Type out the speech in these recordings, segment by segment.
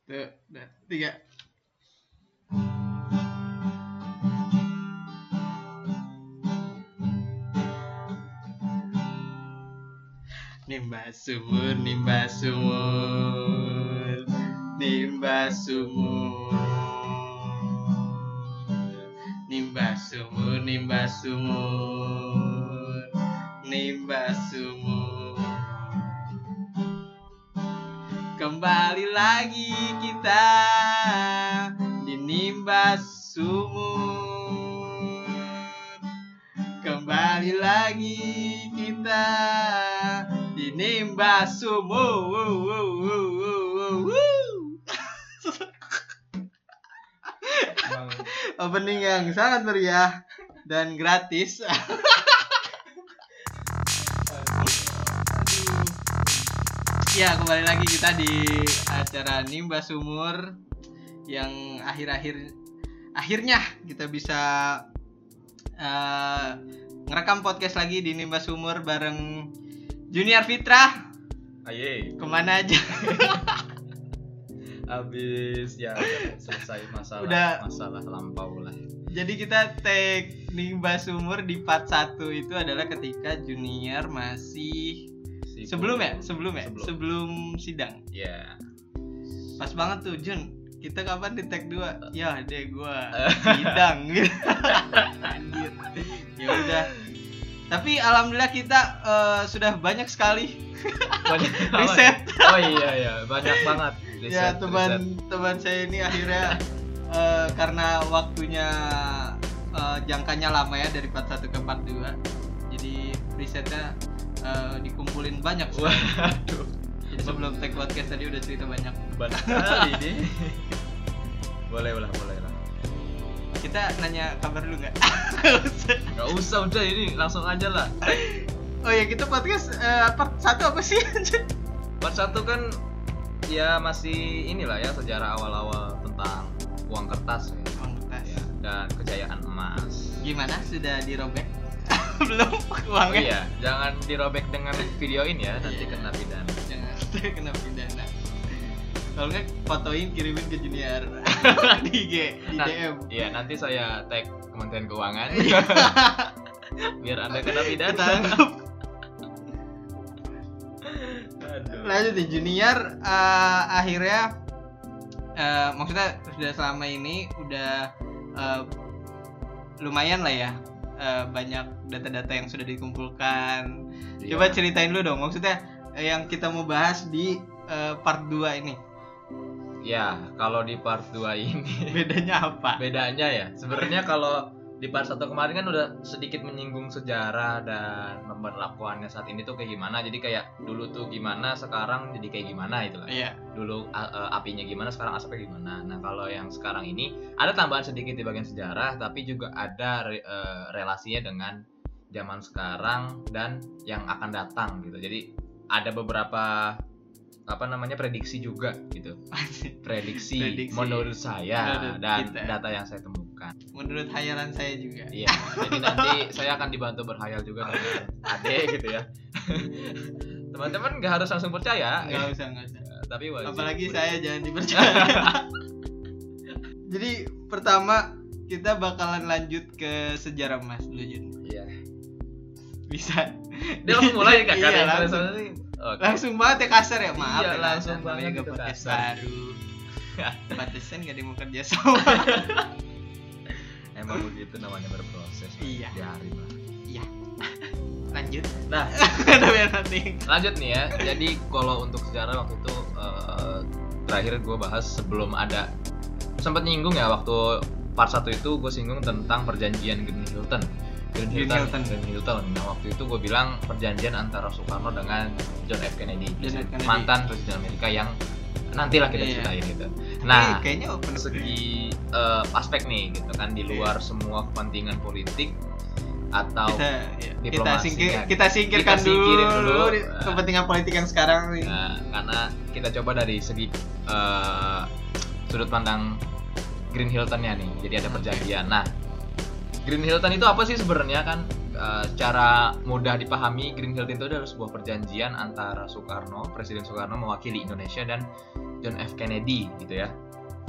Tuh, udah, 3. Nimbas sumur, nimbas sumur, nimbas sumur, nimbas sumur, nimbas sumur, nimbas sumur. Kembali lagi kita di nimbas sumur. Kembali lagi kita di nimbas sumur. Opening yang sangat meriah dan gratis. Ya, kembali lagi kita di acara Nimbas Sumur yang akhirnya kita bisa ngerekam podcast lagi di Nimbas Sumur bareng Junior Fitra. Aye. Kemana aja? Habis ya selesai masalah lampau lah. Jadi kita take Nimbas Sumur di part 1 itu adalah ketika Junior masih sebelum sidang. Iya. Pas banget tuh Jun. Kita kapan di tag 2? Ya deh gua sidang gitu. Anjir. Ya udah. Tapi alhamdulillah kita sudah banyak sekali riset. Oh iya, banyak banget riset. Ya teman saya ini akhirnya karena waktunya jangkanya lama ya dari part 1 ke part 2. Jadi risetnya dikumpulin banyak. Waduh. Jadi sebelum take podcast tadi udah cerita banyak kali ini. Boleh lah. Kita nanya kabar dulu nggak? Nggak usah, udah ini langsung aja lah. Oh ya, kita podcast part 1 apa sih? Part 1 kan ya masih inilah ya, sejarah awal-awal tentang uang kertas ya. Uang kertas ya, dan kejayaan emas. Gimana, sudah dirobek? Belum uangnya? Oh iya, jangan dirobek dengan videoin ya, nanti kena pidana. Jangan kena pidana. Kalau nggak fotoin kirimin ke Junior di IG, di DM. Iya, nanti saya tag Kementerian Keuangan. Biar Anda kena pidana. Ketangkep. Aduh. Lanjut di Junior akhirnya maksudnya sudah selama ini udah lumayan lah ya. Banyak data-data yang sudah dikumpulkan. Iya. Coba ceritain dulu dong, maksudnya yang kita mau bahas di part 2 ini. Ya, kalau di part 2 ini Bedanya apa? bedanya ya, sebenarnya kalau di part 1 kemarin kan udah sedikit menyinggung sejarah dan pemberlakuannya saat ini tuh kayak gimana. Jadi kayak dulu tuh gimana, sekarang jadi kayak gimana gitu lah. Iya. Dulu apinya gimana, sekarang asapnya gimana. Nah, kalau yang sekarang ini ada tambahan sedikit di bagian sejarah, tapi juga ada relasinya dengan zaman sekarang dan yang akan datang gitu. Jadi ada beberapa prediksi juga gitu. Prediksi menurut saya menurut dan kita. data yang saya temukan. Menurut hayalan saya juga. Iya, jadi nanti saya akan dibantu berhayal juga dengan Ade gitu ya. Teman-teman nggak harus langsung percaya. Nggak usah. Tapi wajib. Apalagi saya jangan dipercaya. Jadi pertama kita bakalan lanjut ke sejarah emas dulu Jun. Iya. Bisa. Dia langsung mulai kan? Iya, Oke. langsung banget ya, kasar ya, maaf Iya, ya, langsung namanya banget gak itu podcast kasar. baru. Pantesan gak ada yang mau kerja sama. Emang begitu namanya berproses. Iya. Biarin lah. Iya. Lanjut. Nah, lanjut nih ya. Jadi kalau untuk sejarah waktu itu terakhir gue bahas sebelum ada sempat nyinggung ya, waktu part 1 itu gue singgung tentang perjanjian Green Hilton. Nah, waktu itu gue bilang perjanjian antara Soekarno dengan John F. Kennedy. Mantan presiden Amerika yang nantilah kita ceritain gitu. Nah, kayaknya segi aspek nih gitu kan, di luar semua kepentingan politik atau diplomasi. Kita singkirkan dulu kepentingan politik yang sekarang nih. Nah, karena kita coba dari segi sudut pandang Green Hilton-nya nih. Jadi ada perjanjian. Nah, Green Hilton itu apa sih sebenarnya kan? Secara mudah dipahami, Green Hilton itu adalah sebuah perjanjian antara Presiden Soekarno mewakili Indonesia dan John F. Kennedy gitu ya.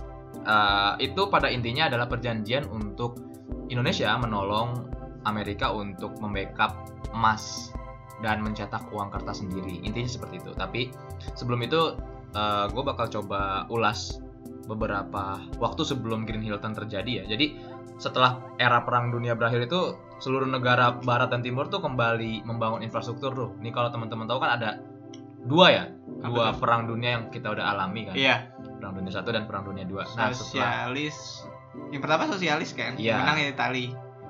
Itu pada intinya adalah perjanjian untuk Indonesia menolong Amerika untuk membackup emas dan mencetak uang kertas sendiri. Intinya seperti itu. Tapi sebelum itu gue bakal coba ulas beberapa waktu sebelum Green Hilton terjadi ya. Jadi setelah era Perang Dunia berakhir itu seluruh negara Barat dan Timur tuh kembali membangun infrastruktur tuh. Ini kalau teman-teman tahu kan ada dua perang dunia yang kita udah alami kan. Iya. Perang Dunia 1 dan Perang Dunia 2. Nah, Sosialis. Yang pertama sosialis kan, Iya. menang ya Itali.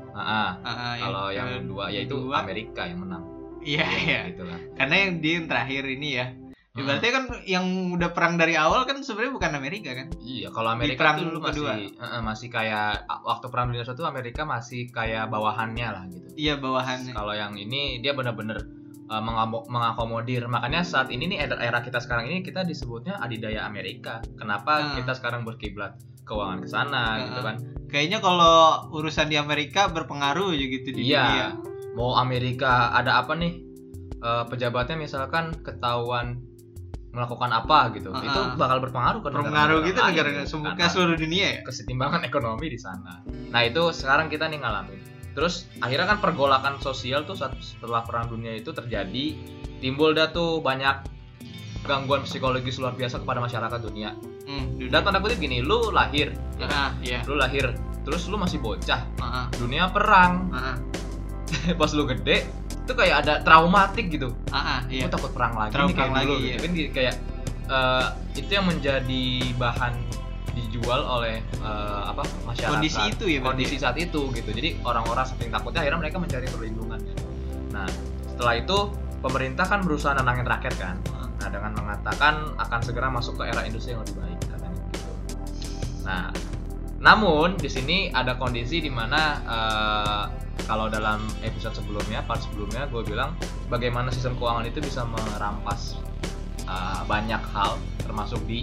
Kalau yang kedua yaitu Amerika yang menang. Iya. Gitu lah. Karena yang terakhir ini ya. Berarti kan yang udah perang dari awal kan sebenarnya bukan Amerika kan? Iya, kalau Amerika perang tuh masih kayak waktu Perang Dunia 1 Amerika masih kayak bawahannya lah gitu. Iya, bawahannya. Kalau yang ini dia benar-benar mengakomodir. Makanya saat ini nih era kita sekarang ini kita disebutnya adidaya Amerika. Kenapa kita sekarang berkiblat keuangan ke sana gitu kan? Kayaknya kalau urusan di Amerika berpengaruh aja gitu di dunia. Mau Amerika ada apa nih? Pejabatnya misalkan ketahuan melakukan apa gitu, itu bakal berpengaruh ke negara seluruh dunia ya. Kesetimbangan ekonomi di sana. Nah itu sekarang kita nih ngalamin. Terus akhirnya kan pergolakan sosial tuh setelah Perang Dunia itu terjadi, timbul dah tuh banyak gangguan psikologis luar biasa kepada masyarakat dunia. Dan tanda kutip gini, lu lahir, ya kan? Lu lahir, terus lu masih bocah, dunia perang. Pas lu gede, itu kayak ada traumatik gitu. Gue takut perang lagi nih kayak dulu. Gitu kan kayak itu yang menjadi bahan dijual oleh masyarakat. Kondisi itu ya. Kondisi saat itu gitu. Jadi orang-orang saking takutnya akhirnya mereka mencari perlindungan. Nah setelah itu pemerintah kan berusaha nenangin rakyat kan. Nah dengan mengatakan akan segera masuk ke era industri yang lebih baik katanya gitu. Nah namun di sini ada kondisi di mana kalau dalam episode sebelumnya, part sebelumnya gue bilang bagaimana sistem keuangan itu bisa merampas banyak hal termasuk di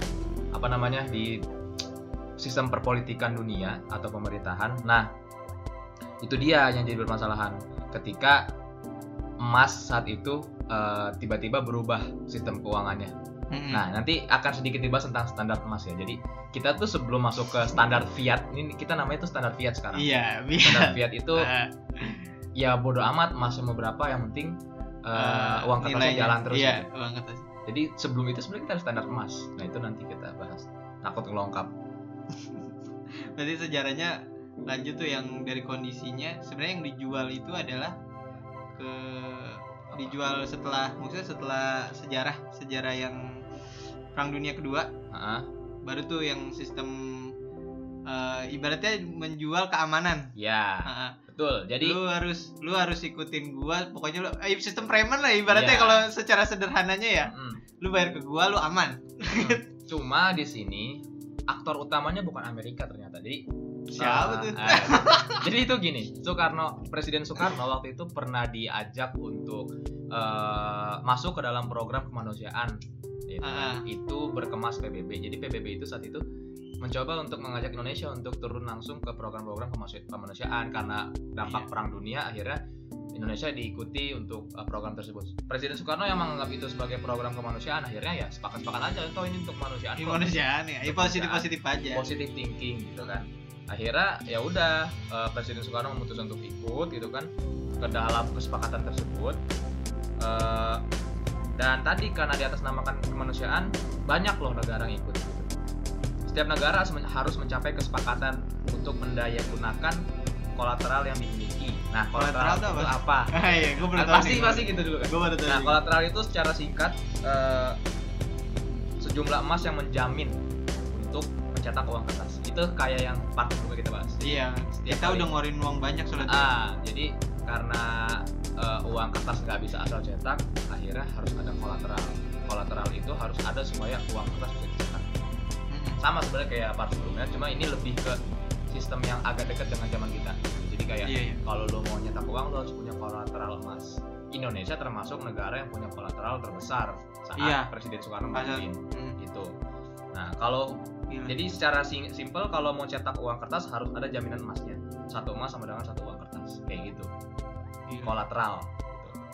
di sistem perpolitikan dunia atau pemerintahan. Nah, itu dia yang jadi bermasalahan ketika emas saat itu tiba-tiba berubah sistem keuangannya. Nah, nanti akan sedikit dibahas tentang standar emas ya. Jadi, kita tuh sebelum masuk ke standar fiat, ini kita namanya tuh standar fiat sekarang. Iya, standar fiat itu ya bodo amat emasnya mau berapa, yang penting uang kertasnya jalan terus. Iya, uang kertas. Jadi sebelum itu sebenarnya kita ada standar emas. Nah itu nanti kita bahas. Takut ngelongkap. Berarti sejarahnya lanjut tuh yang dari kondisinya. Sebenarnya yang dijual itu adalah dijual setelah sejarah yang Perang Dunia Kedua. Baru tuh yang sistem ibaratnya menjual keamanan. Ya. Betul. Jadi lu harus ikutin gua, pokoknya lu sistem preman lah ibaratnya kalau secara sederhananya ya. Lu bayar ke gua, lu aman. Cuma di sini aktor utamanya bukan Amerika ternyata. Jadi siapa tuh? Jadi itu gini, Presiden Soekarno waktu itu pernah diajak untuk masuk ke dalam program kemanusiaan. Itu berkemas PBB. Jadi PBB itu saat itu mencoba untuk mengajak Indonesia untuk turun langsung ke program-program kemanusiaan karena dampak Perang Dunia. Akhirnya Indonesia diikuti untuk program tersebut. Presiden Soekarno yang menganggap itu sebagai program kemanusiaan, akhirnya ya sepakat-sepakat aja toh ini untuk kemanusiaan. Kemanusiaan ya, positif aja. Positive thinking gitu kan. Akhirnya ya udah Presiden Soekarno memutuskan untuk ikut gitu kan ke dalam kesepakatan tersebut. Dan tadi karena di atas namakan kemanusiaan banyak loh negara yang ikut gitu. Setiap negara harus mencapai kesepakatan untuk mendayagunakan kolateral yang dimiliki. Nah, kolateral itu apa? Iya, gue baru tahu. Pasti gitu dulu kan. Nah, kolateral itu secara singkat sejumlah emas yang menjamin untuk mencetak uang kertas. Itu kayak yang part kedua kita bahas. Iya, kita udah ngeluarin uang banyak soalnya. Jadi karena uang kertas nggak bisa asal cetak, akhirnya harus ada kolateral. Kolateral itu harus ada supaya uang kertas bisa dicetak. Sama sebenarnya kayak part sebelumnya, cuma ini lebih ke sistem yang agak dekat dengan zaman kita. Jadi kayak kalau lo mau nyetak uang lo harus punya kolateral emas. Indonesia termasuk negara yang punya kolateral terbesar saat Presiden Soekarno memimpin gitu. Nah kalau jadi secara simpel kalau mau cetak uang kertas harus ada jaminan emasnya. Satu emas sama dengan satu uang kertas kayak gitu. Kolateral. Berarti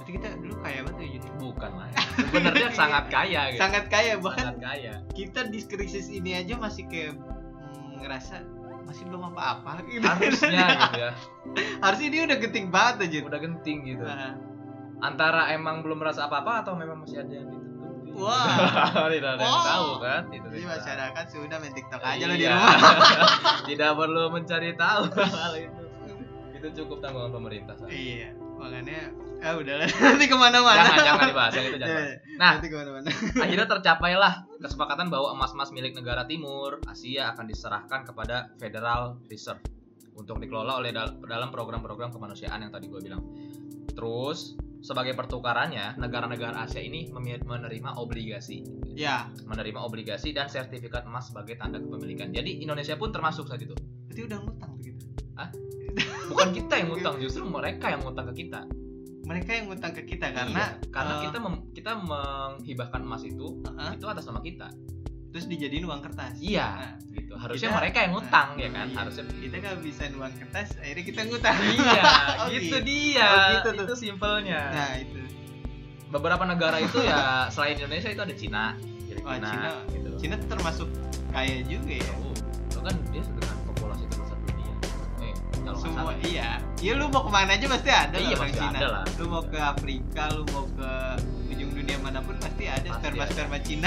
Berarti kita dulu kaya banget ya Jun? Bukan lah. Sebenarnya sangat kaya gitu. Sangat kaya, bahkan Sangat kaya. kita di krisis ini aja masih kayak ngerasa masih belum apa-apa gitu. Harusnya gitu ya. Harusnya dia udah genting banget aja. Udah genting gitu. Nah. Antara emang belum merasa apa-apa atau memang masih ada yang ditutupi. Wah. Tidak ada yang tahu kan itu. Jadi tidak. masyarakat sudah main TikTok aja lo di Iya. rumah. Tidak perlu mencari tahu hal itu. Itu cukup tanggungan pemerintah. Iya, makanya udahlah nanti kemana-mana. Jangan dibahas yang itu jangan. Nah, nanti kemana-mana. akhirnya tercapailah kesepakatan bahwa emas-emas milik negara timur Asia akan diserahkan kepada Federal Reserve untuk dikelola oleh dalam program-program kemanusiaan yang tadi gue bilang. Terus sebagai pertukarannya negara-negara Asia ini menerima obligasi. Ya. Menerima obligasi dan sertifikat emas sebagai tanda kepemilikan. Jadi Indonesia pun termasuk saat itu. Berarti udah ngutang begitu. Hah? Bukan kita yang ngutang, justru mereka yang ngutang ke kita. Mereka yang ngutang ke kita karena kita menghibahkan emas itu atas nama kita. Terus dijadiin uang kertas. Iya, gitu. Harusnya kita- mereka yang ngutang ya kan, iya. harusnya Kita nggak bisa uang kertas, akhirnya kita ngutang. Iya, Oh, gitu gitu. dia. Oh, gitu tuh. Itu simpelnya. Nah itu. Beberapa negara itu ya selain Indonesia itu ada Cina, Wah, Filipina, gitu. Cina tuh termasuk kaya juga ya. Itu kan dia dengan populasi terbesar dunia. Kalau nggak Semua salah. iya. Iya lu mau kemana aja pasti ada Iya, orang pasti Cina. ada lah. Lu mau ke Afrika, lu mau ke ujung dunia manapun pasti ada Pasti sperma Cina.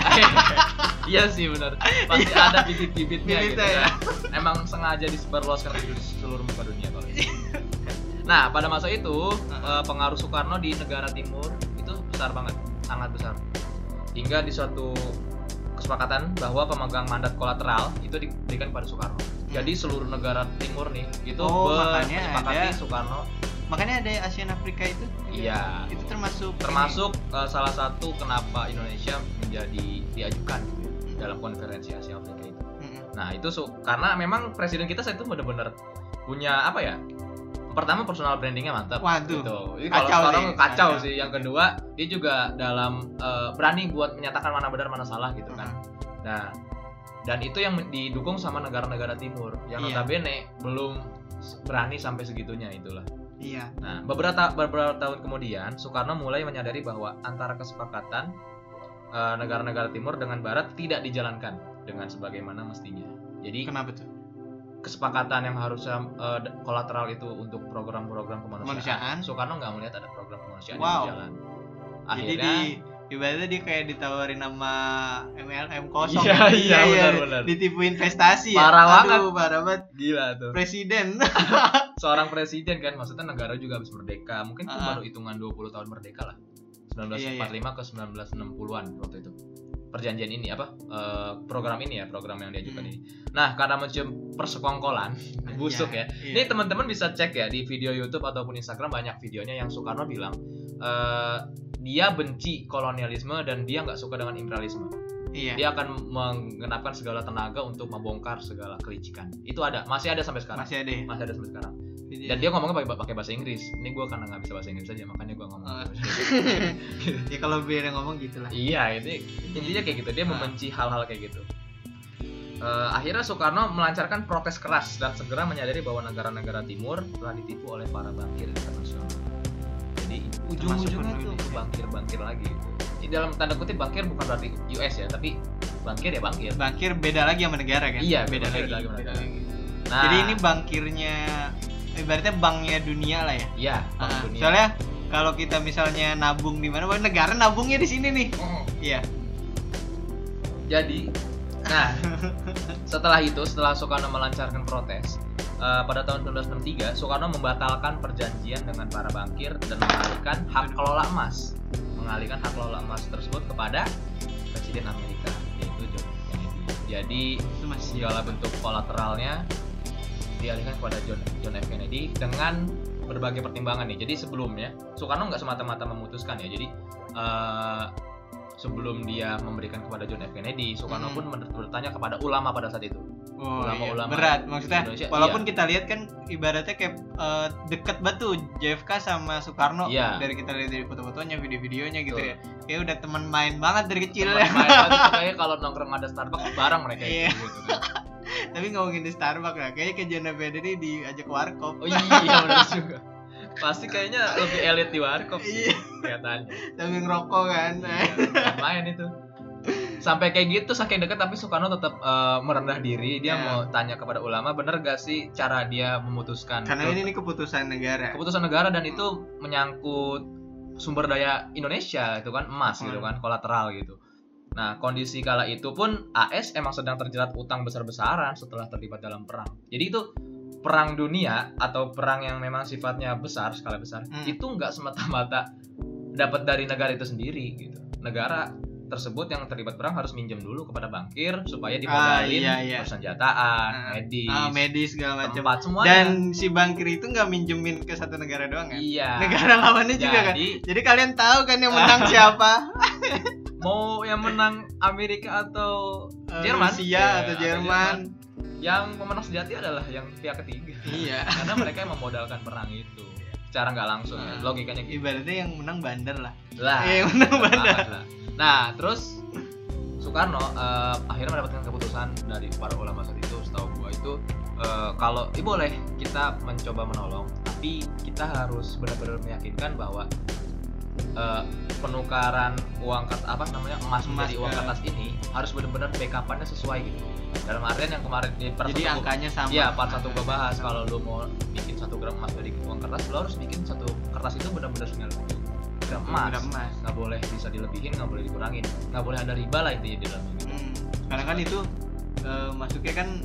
Iya sih benar. Pasti ada bibit-bibitnya gitu Bibitnya ya. Emang sengaja disebarluaskan di seluruh muka dunia kalau itu. Nah, pada masa itu pengaruh Soekarno di negara timur itu besar banget, sangat besar. Hingga di suatu kesepakatan bahwa pemegang mandat kolateral itu diberikan pada Soekarno. Jadi seluruh negara timur nih itu makanya menyepakati ada- Soekarno. Makanya ada ASEAN Afrika itu. Iya. Itu termasuk Salah satu kenapa Indonesia diajukan gitu ya, dalam konferensi Asia Afrika itu. Nah itu karena memang presiden kita saat itu benar-benar punya apa ya? Pertama personal brandingnya mantap. Waduh. Gitu. Jadi kalau Kacau sekarang sih, kacau kacau. sih. Yang kedua dia juga dalam berani buat menyatakan mana benar mana salah gitu kan. Nah dan itu yang didukung sama negara-negara timur yang Iya. notabene belum berani sampai segitunya itulah. Iya. Nah, beberapa tahun kemudian, Soekarno mulai menyadari bahwa antara kesepakatan negara-negara timur dengan barat tidak dijalankan dengan sebagaimana mestinya. Jadi, Kenapa tuh? kesepakatan yang harusnya kolateral itu untuk program-program kemanusiaan, Kemanusiaan. Soekarno nggak melihat ada program kemanusiaan Wow. yang berjalan. Jadi Akhirnya, ibaratnya dia kayak ditawarin sama MLM kosong. Iya, benar. Ditipu investasi Parah ya. Aduh, parah banget. gila tuh. Presiden. Seorang presiden kan, maksudnya negara juga habis merdeka. Mungkin itu baru hitungan 20 tahun merdeka lah. 1945 ke 1960-an waktu itu. Perjanjian ini program ini ya, program yang diajukan ini. Nah, karena mencium persekongkolan, busuk ya. Iya. Ini teman-teman bisa cek ya di video YouTube ataupun Instagram, banyak videonya yang Soekarno bilang dia benci kolonialisme dan dia nggak suka dengan imperialisme. Iya. Dia akan menggenapkan segala tenaga untuk membongkar segala kelicikan. Itu masih ada sampai sekarang. Masih ada ya? Masih ada sampai sekarang. Jadi- Dan dia ngomongnya pakai bahasa Inggris. Ini gue karena nggak bisa bahasa Inggris aja, makanya gue ngomong. ya kalau biar ngomong gitulah. Iya, ini intinya kayak gitu. Dia membenci hal-hal kayak gitu. Akhirnya Soekarno melancarkan protes keras dan segera menyadari bahwa negara-negara timur telah ditipu oleh para bankir internasional. Jadi ujung-ujungnya tuh Indonesia. bankir-bankir lagi. Ini dalam tanda kutip bankir bukan berarti US ya, tapi bankir ya bankir. Bankir beda lagi sama negara kan? Iya, beda bankir lagi. beda lagi sama Beda negara. lagi. Nah, Jadi ini bankirnya ibaratnya banknya dunia lah ya. iya, bank Ah, dunia. soalnya kalau kita misalnya nabung di mana, negara nabungnya di sini nih. Iya. Jadi, nah, setelah Soekarno melancarkan protes, pada tahun 1963, Soekarno membatalkan perjanjian dengan para bankir dan mengalihkan hak kelola emas tersebut kepada Presiden Amerika, yaitu John F. Kennedy. Jadi, Itu masih segala bentuk kolateralnya dialihkan kepada John F. Kennedy dengan berbagai pertimbangan nih. Jadi sebelumnya Soekarno nggak semata-mata memutuskan ya. Jadi sebelum dia memberikan kepada John F. Kennedy, Soekarno pun bertanya kepada ulama pada saat itu. Ulama-ulama berat di maksudnya. Indonesia, Walaupun iya. kita lihat kan ibaratnya kayak deket banget tuh JFK sama Soekarno. Iya. Dari kita lihat dari foto-fotonya, video-videonya gitu Betul. ya. Kayak udah teman main banget dari kecil Teman ya. main banget itu kayak kalau nongkrong ada Starbucks bareng mereka Iya. itu gitu kan. Tapi ngomongin di Starbucks lah, kayaknya ke John F. Kennedy diajak warkop. Oh iya benar juga. Pasti kayaknya lebih elit di warkop sih Iya. kelihatannya. Sambil ngerokok kan. Iya, main itu. Sampai kayak gitu saking dekat tapi Soekarno tetap merendah diri. Dia mau tanya kepada ulama, bener gak sih cara dia memutuskan? Karena ini keputusan negara. Keputusan negara dan itu menyangkut sumber daya Indonesia itu kan emas gitu kan, kolateral gitu. Nah, kondisi kala itu pun AS emang sedang terjerat utang besar-besaran setelah terlibat dalam perang. Jadi itu perang dunia atau perang yang memang sifatnya besar, skala besar, itu nggak semata-mata dapat dari negara itu sendiri gitu. Negara tersebut yang terlibat perang harus minjem dulu kepada bankir supaya dimodalin persenjataan, medis segala macam. Tempat semuanya. Dan si bankir itu nggak minjemin ke satu negara doang kan? Iya. Negara lawannya juga kan. Jadi kalian tahu kan yang menang siapa? Mau yang menang Amerika atau Jerman? Rusia atau Jerman. Yang pemenang sejati adalah yang pihak ketiga. Iya. Karena mereka yang memodalkan perang itu. Secara nggak langsung ya. Logikanya gitu. Ibaratnya yang menang bandar lah. Yang menang bandar. Nah, terus Soekarno akhirnya mendapatkan keputusan dari para ulama saat itu, setahu gua itu kalau boleh kita mencoba menolong, tapi kita harus benar-benar meyakinkan bahwa penukaran uang emas menjadi uang kertas ini harus benar-benar backup-annya sesuai gitu. Dalam artian yang kemarin di part jadi angkanya sama. Iya, part 1 gua bahas kalau lu mau bikin 1 gram emas dari uang kertas, lu harus bikin satu kertas itu benar-benar senilai emas, nggak boleh bisa dilebihin, nggak boleh dikurangin, nggak boleh ada riba lah intinya di dalamnya gitu. Karena kan itu masuknya kan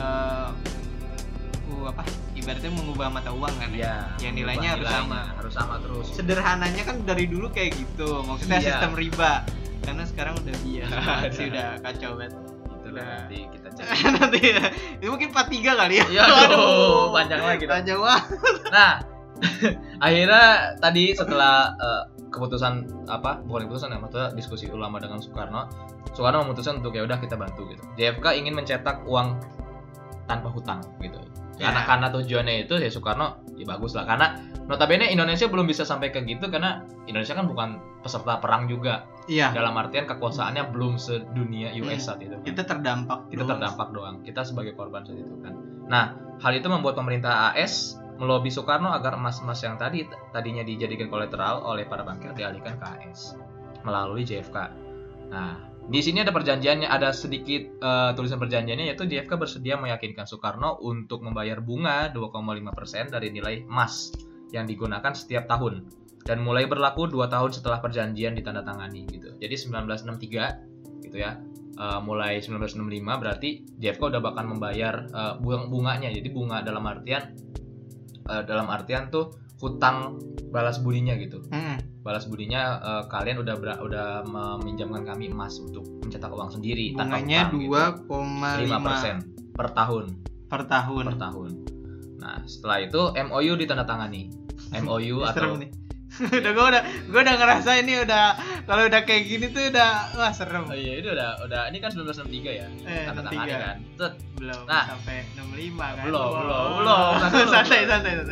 ibaratnya mengubah mata uang kan ya, yang nilainya harus sama terus. Sederhananya kan dari dulu kayak gitu, maksudnya sistem riba. Karena sekarang udah biasa sih, udah kacau banget. Itulah nanti kita cek. Nanti ya. Ini mungkin part 3 kali ya. Iya, panjang lagi. Panjang banget. Nah, akhirnya tadi setelah bukan keputusan ya, maksudnya diskusi ulama dengan Soekarno memutuskan untuk ya udah kita bantu gitu. JFK ingin mencetak uang tanpa hutang gitu. Karena tujuannya itu ya Soekarno ya bagus lah, karena notabene Indonesia belum bisa sampai ke gitu karena Indonesia kan bukan peserta perang juga. Iya. Dalam artian kekuasaannya belum sedunia US saat itu kan. Kita terdampak doang. Kita sebagai korban saat itu kan. Nah, hal itu membuat pemerintah AS melobi Soekarno agar emas-emas yang tadinya dijadikan kolateral oleh para bankir dialihkan ke AS melalui JFK. Nah, di sini ada perjanjiannya, ada sedikit tulisan perjanjiannya, yaitu JFK bersedia meyakinkan Soekarno untuk membayar bunga 2,5% dari nilai emas yang digunakan setiap tahun dan mulai berlaku 2 tahun setelah perjanjian ditandatangani gitu. Jadi 1963 gitu ya. Mulai 1965 berarti JFK udah bakal membayar bunganya. Jadi bunga dalam artian tuh hutang balas budinya gitu. Balas budinya kalian udah meminjamkan kami emas untuk mencetak uang sendiri tanpa hutang. Bunganya 2,5% per tahun. Per tahun. Nah, setelah itu MOU ditandatangani. MOU atau udah gue udah ngerasa ini udah kalau udah kayak gini tuh udah wah serem. Oh iya, ini udah ini kan 1963 ya. Tandatangani kan. Belum sampai 65 kan. Belum. Santai.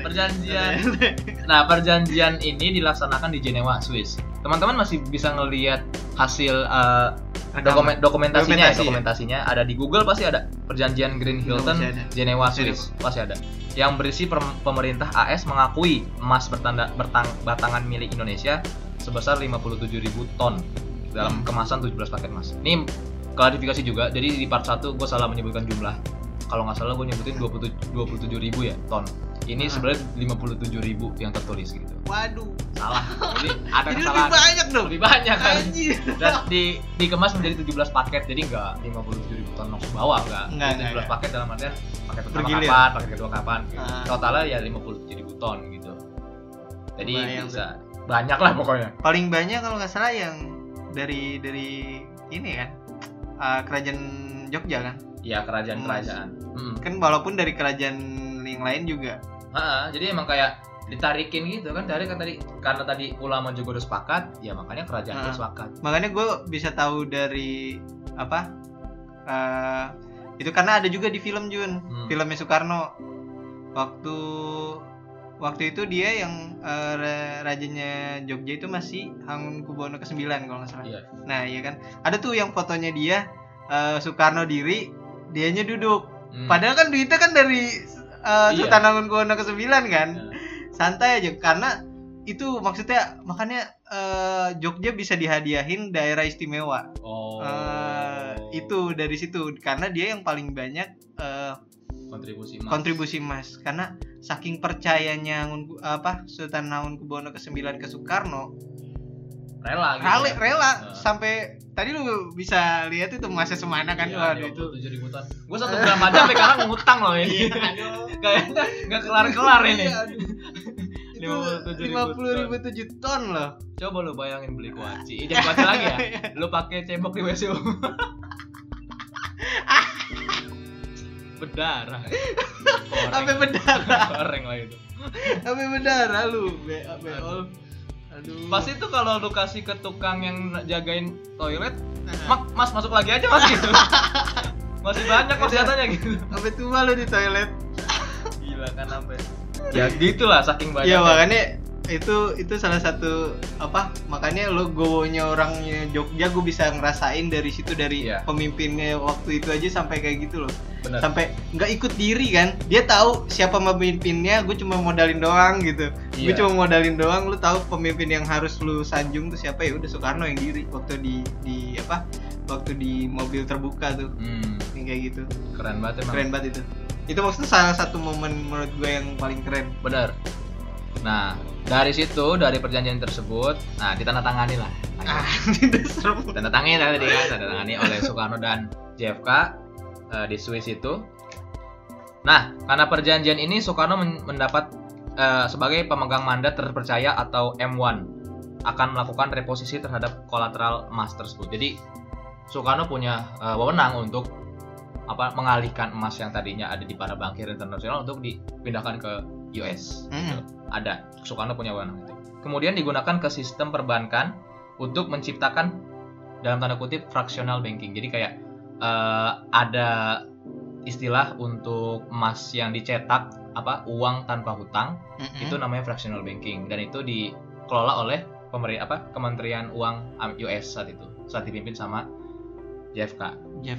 Perjanjian ini dilaksanakan di Jenewa, Swiss. Teman-teman masih bisa ngelihat hasil dokumentasinya ada di Google, pasti ada. Perjanjian Green Hilton Jenewa, Swiss pasti ada. Yang berisi pemerintah AS mengakui emas batangan milik Indonesia sebesar 57.000 ton dalam kemasan 17 paket emas. Ini klarifikasi juga, jadi di part 1 gue salah menyebutkan jumlah. Kalau nggak salah gue nyebutin 27.000 ya ton. Ini sebenarnya 57.000 yang tertulis gitu. Waduh, salah. Jadi ada kesalahan. Lebih banyak dong. Lebih banyak kan. Dan dikemas menjadi 17 paket. Jadi enggak 57.000 ton langsung bawa, enggak. 17 paket dalam artian paket pertama kapan, paket kedua kapan gitu. Totalnya ya 57.000 ton gitu. Jadi bisa banyak lah pokoknya. Paling banyak kalau nggak salah yang dari ini kan. Kerajaan Jogja kan? Iya, kerajaan. Kan walaupun dari kerajaan yang lain juga. Jadi emang kayak ditarikin gitu kan karena tadi ulama juga udah sepakat, ya makanya kerajaan itu sepakat. Makanya gue bisa tahu dari itu karena ada juga di film Jun, filmnya Soekarno. Waktu itu dia yang rajanya Jogja itu masih Hamengkubuwono ke-9 kalau nggak salah. Iya. Nah iya kan, ada tuh yang fotonya dia Soekarno diri, dianya duduk. Padahal kan duitnya kan dari Sultan Hamengkubuwono ke-9 kan. santai aja karena itu maksudnya makanya Jogja bisa dihadiahin daerah istimewa. Itu dari situ karena dia yang paling banyak kontribusi emas karena saking percayanya Sultan Hamengkubuwono ke-9 ke Soekarno rela sampai tadi lu bisa lihat itu masa semana kan waduh itu 7.000 ton. Gua 1 bulan aja sampai sekarang ngutang loh ini. Kayaknya enggak kelar-kelar ini. Itu 50.007 ton loh. Coba lu bayangin beli kuaci. Jangan kuaci lagi ya. Lu pakai cebok di WC. Berdarah. Sampai berdarah. Goreng lah itu. Sampai berdarah lu. Beol. Aduh. Pas itu kalau lu kasih ke tukang yang jagain toilet, Mas masuk lagi aja Mas gitu. Masih banyak Mas katanya gitu. Sampai tua lu di toilet. Gila kan sampai. Ya gitulah saking banyak. Ya makanya itu salah satu makanya lo gowonya orangnya Jogja gue bisa ngerasain dari situ dari pemimpinnya waktu itu aja sampai kayak gitu loh. Bener. Sampai nggak ikut diri kan, dia tahu siapa pemimpinnya, gue cuma modalin doang gitu. Gue cuma modalin doang, lu tahu pemimpin yang harus lu sanjung tuh siapa, ya udah Soekarno yang diri waktu waktu di mobil terbuka tuh. Yang kayak gitu. Keren banget emang. Keren banget itu. Itu maksudnya salah satu momen menurut gue yang paling keren. Benar. Nah, dari situ, dari perjanjian tersebut, ditandatangani lah. Ditandatangani oleh Soekarno dan JFK di Swiss itu. Nah, karena perjanjian ini Soekarno mendapat sebagai pemegang mandat terpercaya atau M1 akan melakukan reposisi terhadap kolateral emas tersebut. Jadi Soekarno punya wewenang untuk mengalihkan emas yang tadinya ada di para bankir internasional untuk dipindahkan ke US. Ada, Soekarno punya wewenang itu. Kemudian digunakan ke sistem perbankan untuk menciptakan dalam tanda kutip fractional banking. Jadi kayak ada istilah untuk emas yang dicetak uang tanpa hutang, itu namanya fractional banking dan itu dikelola oleh Kementerian Uang US saat dipimpin sama JFK.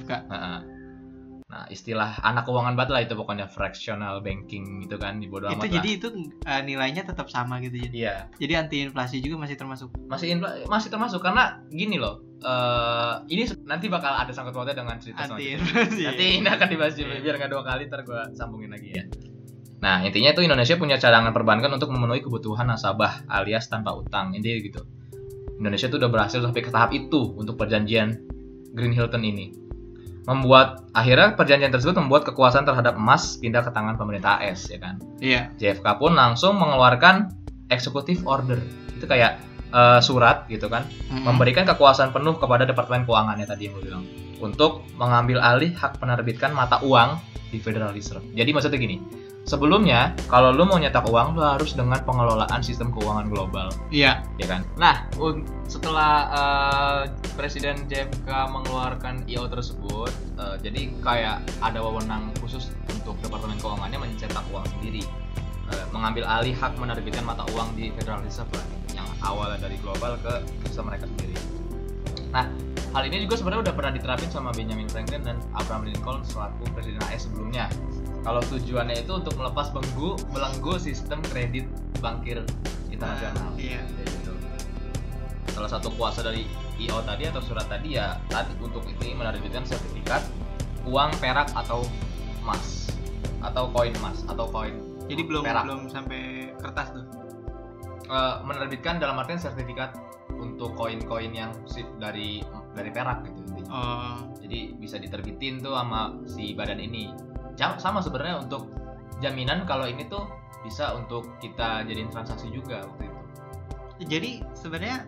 Nah, istilah anak keuangan banget lah itu pokoknya fractional banking gitu kan, dibodoh amat. Jadi itu nilainya tetap sama gitu ya. Iya. Jadi anti inflasi juga masih termasuk. Masih termasuk karena gini loh. Ini nanti bakal ada sangkut pautnya dengan cerita selanjutnya. Nanti ini akan dibahas biar nggak 2 kali, ntar gue sambungin lagi ya. Nah, intinya itu Indonesia punya cadangan perbankan untuk memenuhi kebutuhan nasabah alias tanpa utang. Intinya gitu. Indonesia tuh udah berhasil sampai ke tahap itu untuk perjanjian Green Hilton ini. Akhirnya perjanjian tersebut membuat kekuasaan terhadap emas pindah ke tangan pemerintah AS, ya kan? Iya. JFK pun langsung mengeluarkan executive order. Itu kayak surat gitu kan, memberikan kekuasaan penuh kepada Departemen Keuangannya tadi yang gue bilang untuk mengambil alih hak penerbitkan mata uang di Federal Reserve. Jadi maksudnya gini, sebelumnya kalau lu mau nyetak uang lu harus dengan pengelolaan sistem keuangan global. Iya. Ya kan? Nah, setelah Presiden JFK mengeluarkan IO tersebut, jadi kayak ada wewenang khusus untuk Departemen Keuangannya mencetak uang sendiri, mengambil alih hak menerbitkan mata uang di Federal Reserve yang awalnya dari global ke sistem mereka sendiri. Nah, hal ini juga sebenarnya udah pernah diterapin sama Benjamin Franklin dan Abraham Lincoln selaku Presiden AS sebelumnya. Kalau tujuannya itu untuk melepas belenggu sistem kredit bankir internasional. Iya. Gitu. Salah satu kuasa dari IO tadi atau surat tadi ya tadi untuk ini menerbitkan sertifikat uang perak atau emas atau koin emas atau koin. Jadi belum perak. Belum sampai kertas tuh. Menerbitkan dalam artian sertifikat untuk koin-koin yang dari perak gitu intinya. Jadi bisa diterbitin tuh sama si badan ini. Sama sebenarnya untuk jaminan kalau ini tuh bisa untuk kita jadiin transaksi juga waktu itu. Jadi sebenarnya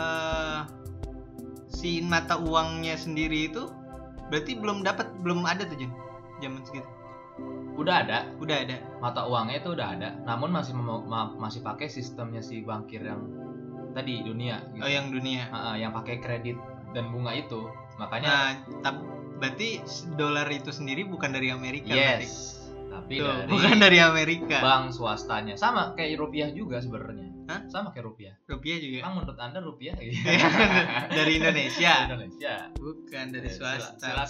si mata uangnya sendiri itu berarti belum ada tuh zaman segitu. Udah ada. Mata uangnya itu udah ada, namun masih pakai sistemnya si bankir yang tadi dunia. Gitu. Oh, yang dunia. Yang pakai kredit dan bunga itu, makanya. Nah, berarti dolar itu sendiri bukan dari Amerika. Yes. Tapi bukan dari Amerika. Bank swastanya sama kayak rupiah juga sebenarnya. Sama kayak rupiah. Rupiah juga. Emang menurut Anda rupiah? Dari Indonesia. Bukan dari swasta.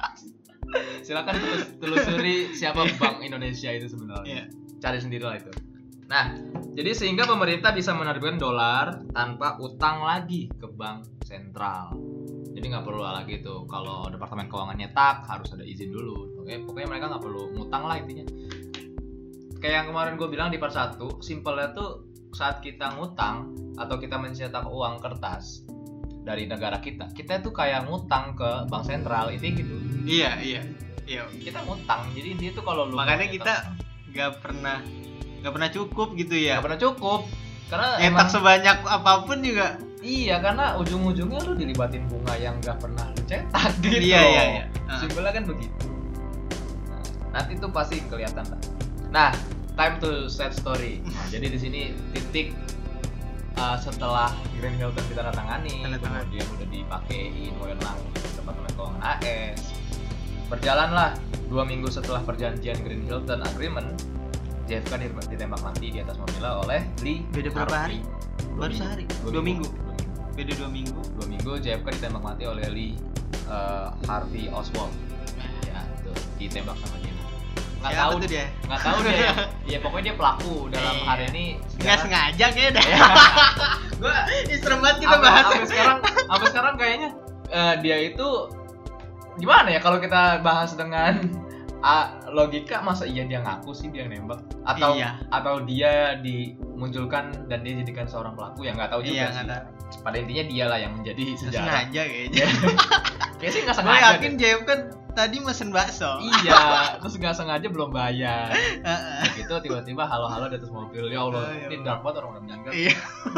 Silakan telusuri siapa Bank Indonesia itu sebenarnya. Cari sendiri lah itu. Nah, jadi sehingga pemerintah bisa menerbitkan dolar tanpa utang lagi ke bank sentral. Jadi nggak perlu lagi tuh kalau departemen keuangan nyetak harus ada izin dulu. Oke, pokoknya mereka nggak perlu ngutang lah intinya. Kayak yang kemarin gue bilang di part 1, simpelnya tuh saat kita ngutang atau kita mencetak uang kertas dari negara kita tuh kayak ngutang ke bank sentral itu gitu. Iya. Kita ngutang. Jadi intinya tuh kalau lu makanya kita nggak pernah cukup gitu ya. Nggak pernah cukup karena nyetak sebanyak apapun juga. Iya, karena ujung-ujungnya lu dilibatin bunga yang nggak pernah lu cetak gitu. Iya. Simpelnya kan begitu. Nah, nanti tuh pasti kelihatan lah. Nah, time to set story. Nah, jadi di sini titik setelah Green Hilton kita tangani, kemudian udah dipakein wewenang Departemen Keuangan AS. Berjalanlah 2 minggu setelah perjanjian Green Hilton Agreement, JFK ditembak mati di atas mobilnya oleh Lee. Beda berapa hari? Baru minggu. sehari. 2 minggu. Beda 2 minggu. 2 minggu JFK ditembak mati oleh Lee Harvey Oswald. Ya, tuh ditembak sama dia. Nggak tahu dia. Ya pokoknya dia pelaku dalam hari ini. Nggak sengaja kayaknya dah. Gua serem banget kita bahas. Sampai sekarang kayaknya dia itu gimana ya kalau kita bahas dengan logika, masa iya dia ngaku sih dia nembak atau dia dimunculkan dan dia jadikan seorang pelaku, ya nggak tahu juga sih. Pada intinya dialah yang menjadi sejarah. Sengaja kayaknya. Kayaknya sih nggak sengaja. Gue yakin JF kan tadi mesen bakso. Iya, terus nggak sengaja belum bayar. Gitu tiba-tiba halo-halo di atas mobil. Ya Allah, ini dark banget orang udah meninggal. Iya.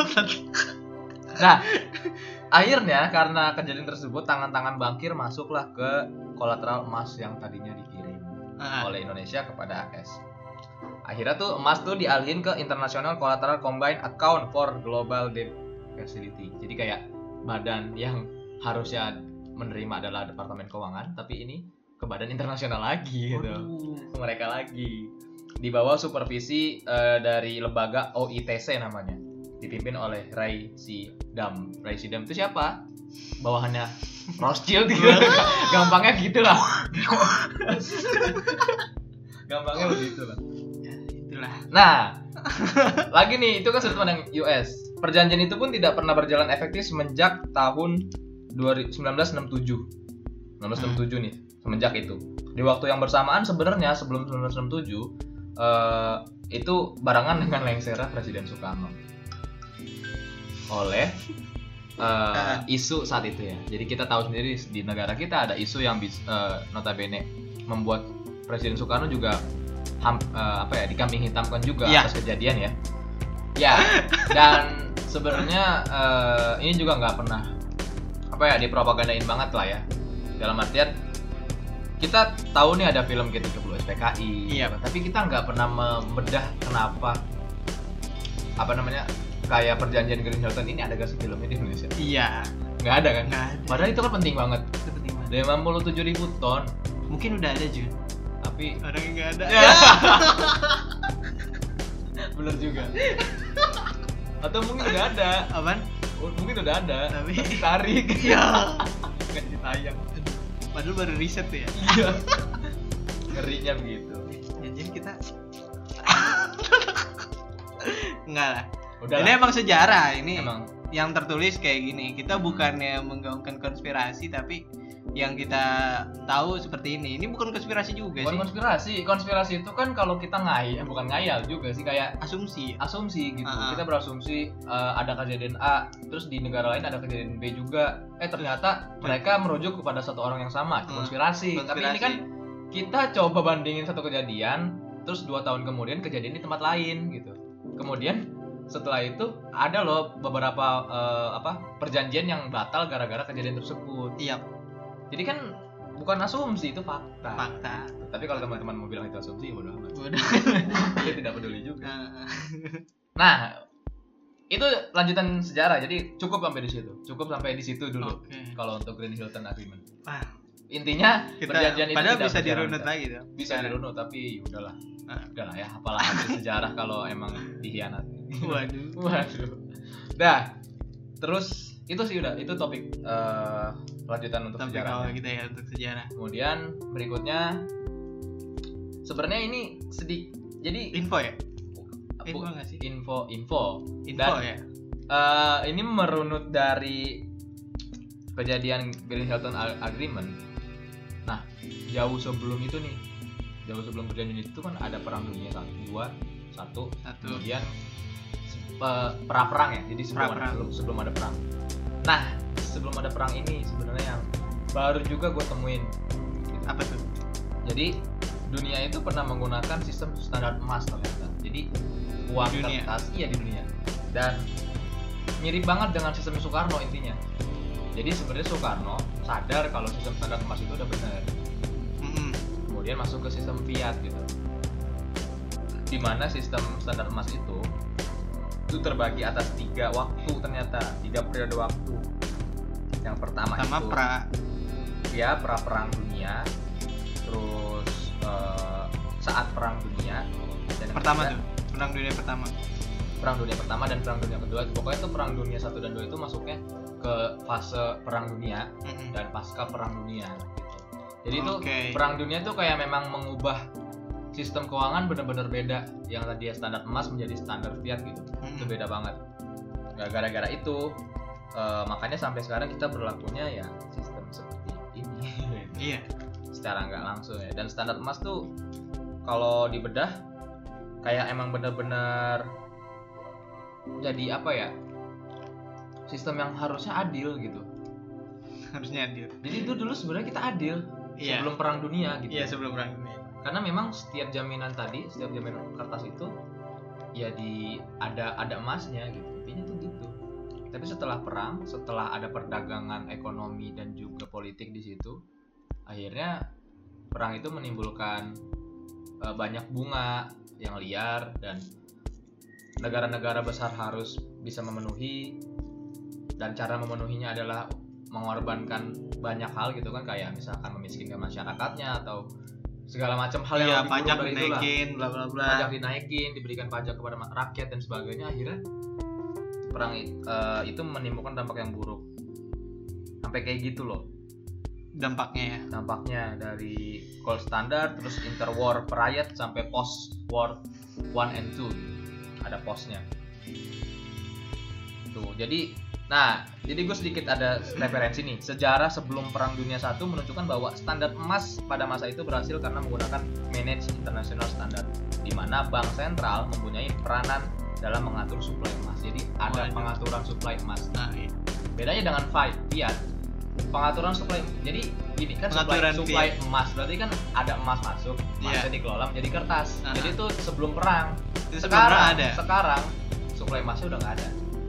Nah, akhirnya karena kejadian tersebut tangan-tangan bankir masuklah ke kolateral emas yang tadinya dikirim oleh Indonesia kepada AS. Akhirnya tuh emas tuh dialihin ke International Collateral Combined Account for Global Debt Facility. Jadi kayak badan yang harusnya menerima adalah Departemen Keuangan, tapi ini ke badan internasional lagi gitu. Mereka lagi di bawah supervisi dari lembaga OITC namanya, dipimpin oleh Ray Sidam. Ray Sidam itu siapa? Bawahannya Rothschild gitu. Gampangnya gitu lah. Gampangnya begitu lah. Ya, itulah. Nah, lagi nih, itu kan sudut pandang US. Perjanjian itu pun tidak pernah berjalan efektif semenjak tahun 1967 nih, semenjak itu. Di waktu yang bersamaan sebenarnya sebelum 1967 itu barengan dengan lengsernya Presiden Soekarno oleh isu saat itu ya. Jadi kita tahu sendiri di negara kita ada isu yang notabene membuat Presiden Soekarno juga dikambing hitamkan juga atas kejadian ya. Ya, dan sebenarnya ini juga nggak pernah dipropagandain banget lah ya. Dalam artian kita tahu nih ada film G30 SPKI, tapi kita nggak pernah membedah kenapa kayak perjanjian Green Hilton ini ada gak sih filmnya di Indonesia? Iya. Nggak ada kan? Nggak ada. Padahal itu kan penting banget. Itu penting banget. 57.000 ton. Mungkin udah ada Jun. Tapi orangnya nggak ada. Bener juga. Atau mungkin udah ada. Apaan? Mungkin udah ada. Tapi ditarik. Iya. Nggak ditayang. Padahal baru riset ya. Iya. Ngerinya begitu. Jadi kita enggak lah. Udah ini lah. emang sejarah ini. Emang. Yang tertulis kayak gini. Kita bukannya menggaungkan konspirasi, tapi yang kita tahu seperti ini. Ini bukan konspirasi juga Bukan sih. konspirasi itu kan kalau kita bukan ngayal juga sih, kayak asumsi gitu. Kita berasumsi ada kejadian A, terus di negara lain ada kejadian B juga. Ternyata mereka merujuk kepada satu orang yang sama, konspirasi. Tapi ini kan kita coba bandingin satu kejadian, terus 2 tahun kemudian kejadian di tempat lain gitu. Kemudian setelah itu ada loh beberapa perjanjian yang batal gara-gara kejadian tersebut. Iya. Jadi kan bukan asumsi, itu fakta. Fakta. Tapi kalau teman-teman mau bilang itu asumsi, bodoh amat. Dia tidak peduli juga. Nah, itu lanjutan sejarah. Jadi cukup sampai di situ dulu. Kalau untuk Green Hilton Agreement. Intinya perjanjian itu padahal tidak bisa dirunut lagi tuh. Bisa dirunut, tapi udahlah ya, apalagi sejarah kalau emang dikhianati. Waduh. Dah. Terus itu sih udah, itu topik lanjutan untuk sejarah. Kita ya untuk sejarah. Kemudian berikutnya sebenarnya ini jadi info ya? nggak sih? Info. Info ya. Ini merunut dari kejadian Green Hilton Agreement. Nah, jauh sebelum perjanjian itu kan ada perang dunia 1, kemudian perang ya. Jadi sebelum ada perang. Nah, sebelum ada perang ini sebenarnya yang baru juga gue temuin. Gitu. Apa tuh? Jadi dunia itu pernah menggunakan sistem standar emas ternyata. Jadi uang kertas di dunia. Dan mirip banget dengan sistem Soekarno intinya. Jadi sebenarnya Soekarno sadar kalau sistem standar emas itu udah benar. Kemudian masuk ke sistem fiat gitu. Di mana sistem standar emas itu terbagi atas 3 waktu ternyata, 3 periode waktu. Yang pertama itu pra perang dunia, terus saat perang dunia, dan pertama tuh perang dunia pertama dan perang dunia kedua. Pokoknya tuh perang dunia 1 dan 2 itu masuknya ke fase perang dunia dan pasca perang dunia gitu. Jadi itu perang dunia tuh kayak memang mengubah sistem keuangan benar-benar beda. Yang tadi standar emas menjadi standar fiat gitu. Itu beda banget. Gara-gara itu makanya sampai sekarang kita berlakunya ya sistem seperti ini. Iya. Secara nggak langsung ya. Dan standar emas tuh kalau dibedah kayak emang benar-benar jadi apa ya? Sistem yang harusnya adil gitu. Harusnya adil. Jadi itu dulu sebenarnya kita adil sebelum perang dunia gitu. Iya, sebelum perang dunia. Karena memang setiap jaminan kertas itu ya ada emasnya gitu. Intinya tuh gitu. Tapi setelah perang, setelah ada perdagangan ekonomi dan juga politik di situ, akhirnya perang itu menimbulkan banyak bunga yang liar dan negara-negara besar harus bisa memenuhi, dan cara memenuhinya adalah mengorbankan banyak hal gitu kan, kayak misalkan memiskinkan masyarakatnya atau segala macam hal yang pajak dinaikin, bla bla bla. Pajak dinaikin, diberikan pajak kepada rakyat dan sebagainya. Akhirnya perang itu menimbulkan dampak yang buruk. Sampai kayak gitu loh. Dampaknya dari gold standard, terus interwar period sampai post war 1 and 2. Ada postnya. Tuh, jadi gue sedikit ada referensi nih. Sejarah sebelum Perang Dunia I menunjukkan bahwa standar emas pada masa itu berhasil karena menggunakan Managed International Standard, di mana bank sentral mempunyai peranan dalam mengatur suplai emas. Jadi ada pengaturan suplai emas. Bedanya dengan fiat, pengaturan suplai. Jadi ini kan suplai emas, berarti kan ada emas masuk, emasnya dikelola menjadi kertas. Jadi itu sebelum perang. Sekarang suplai emasnya udah nggak ada.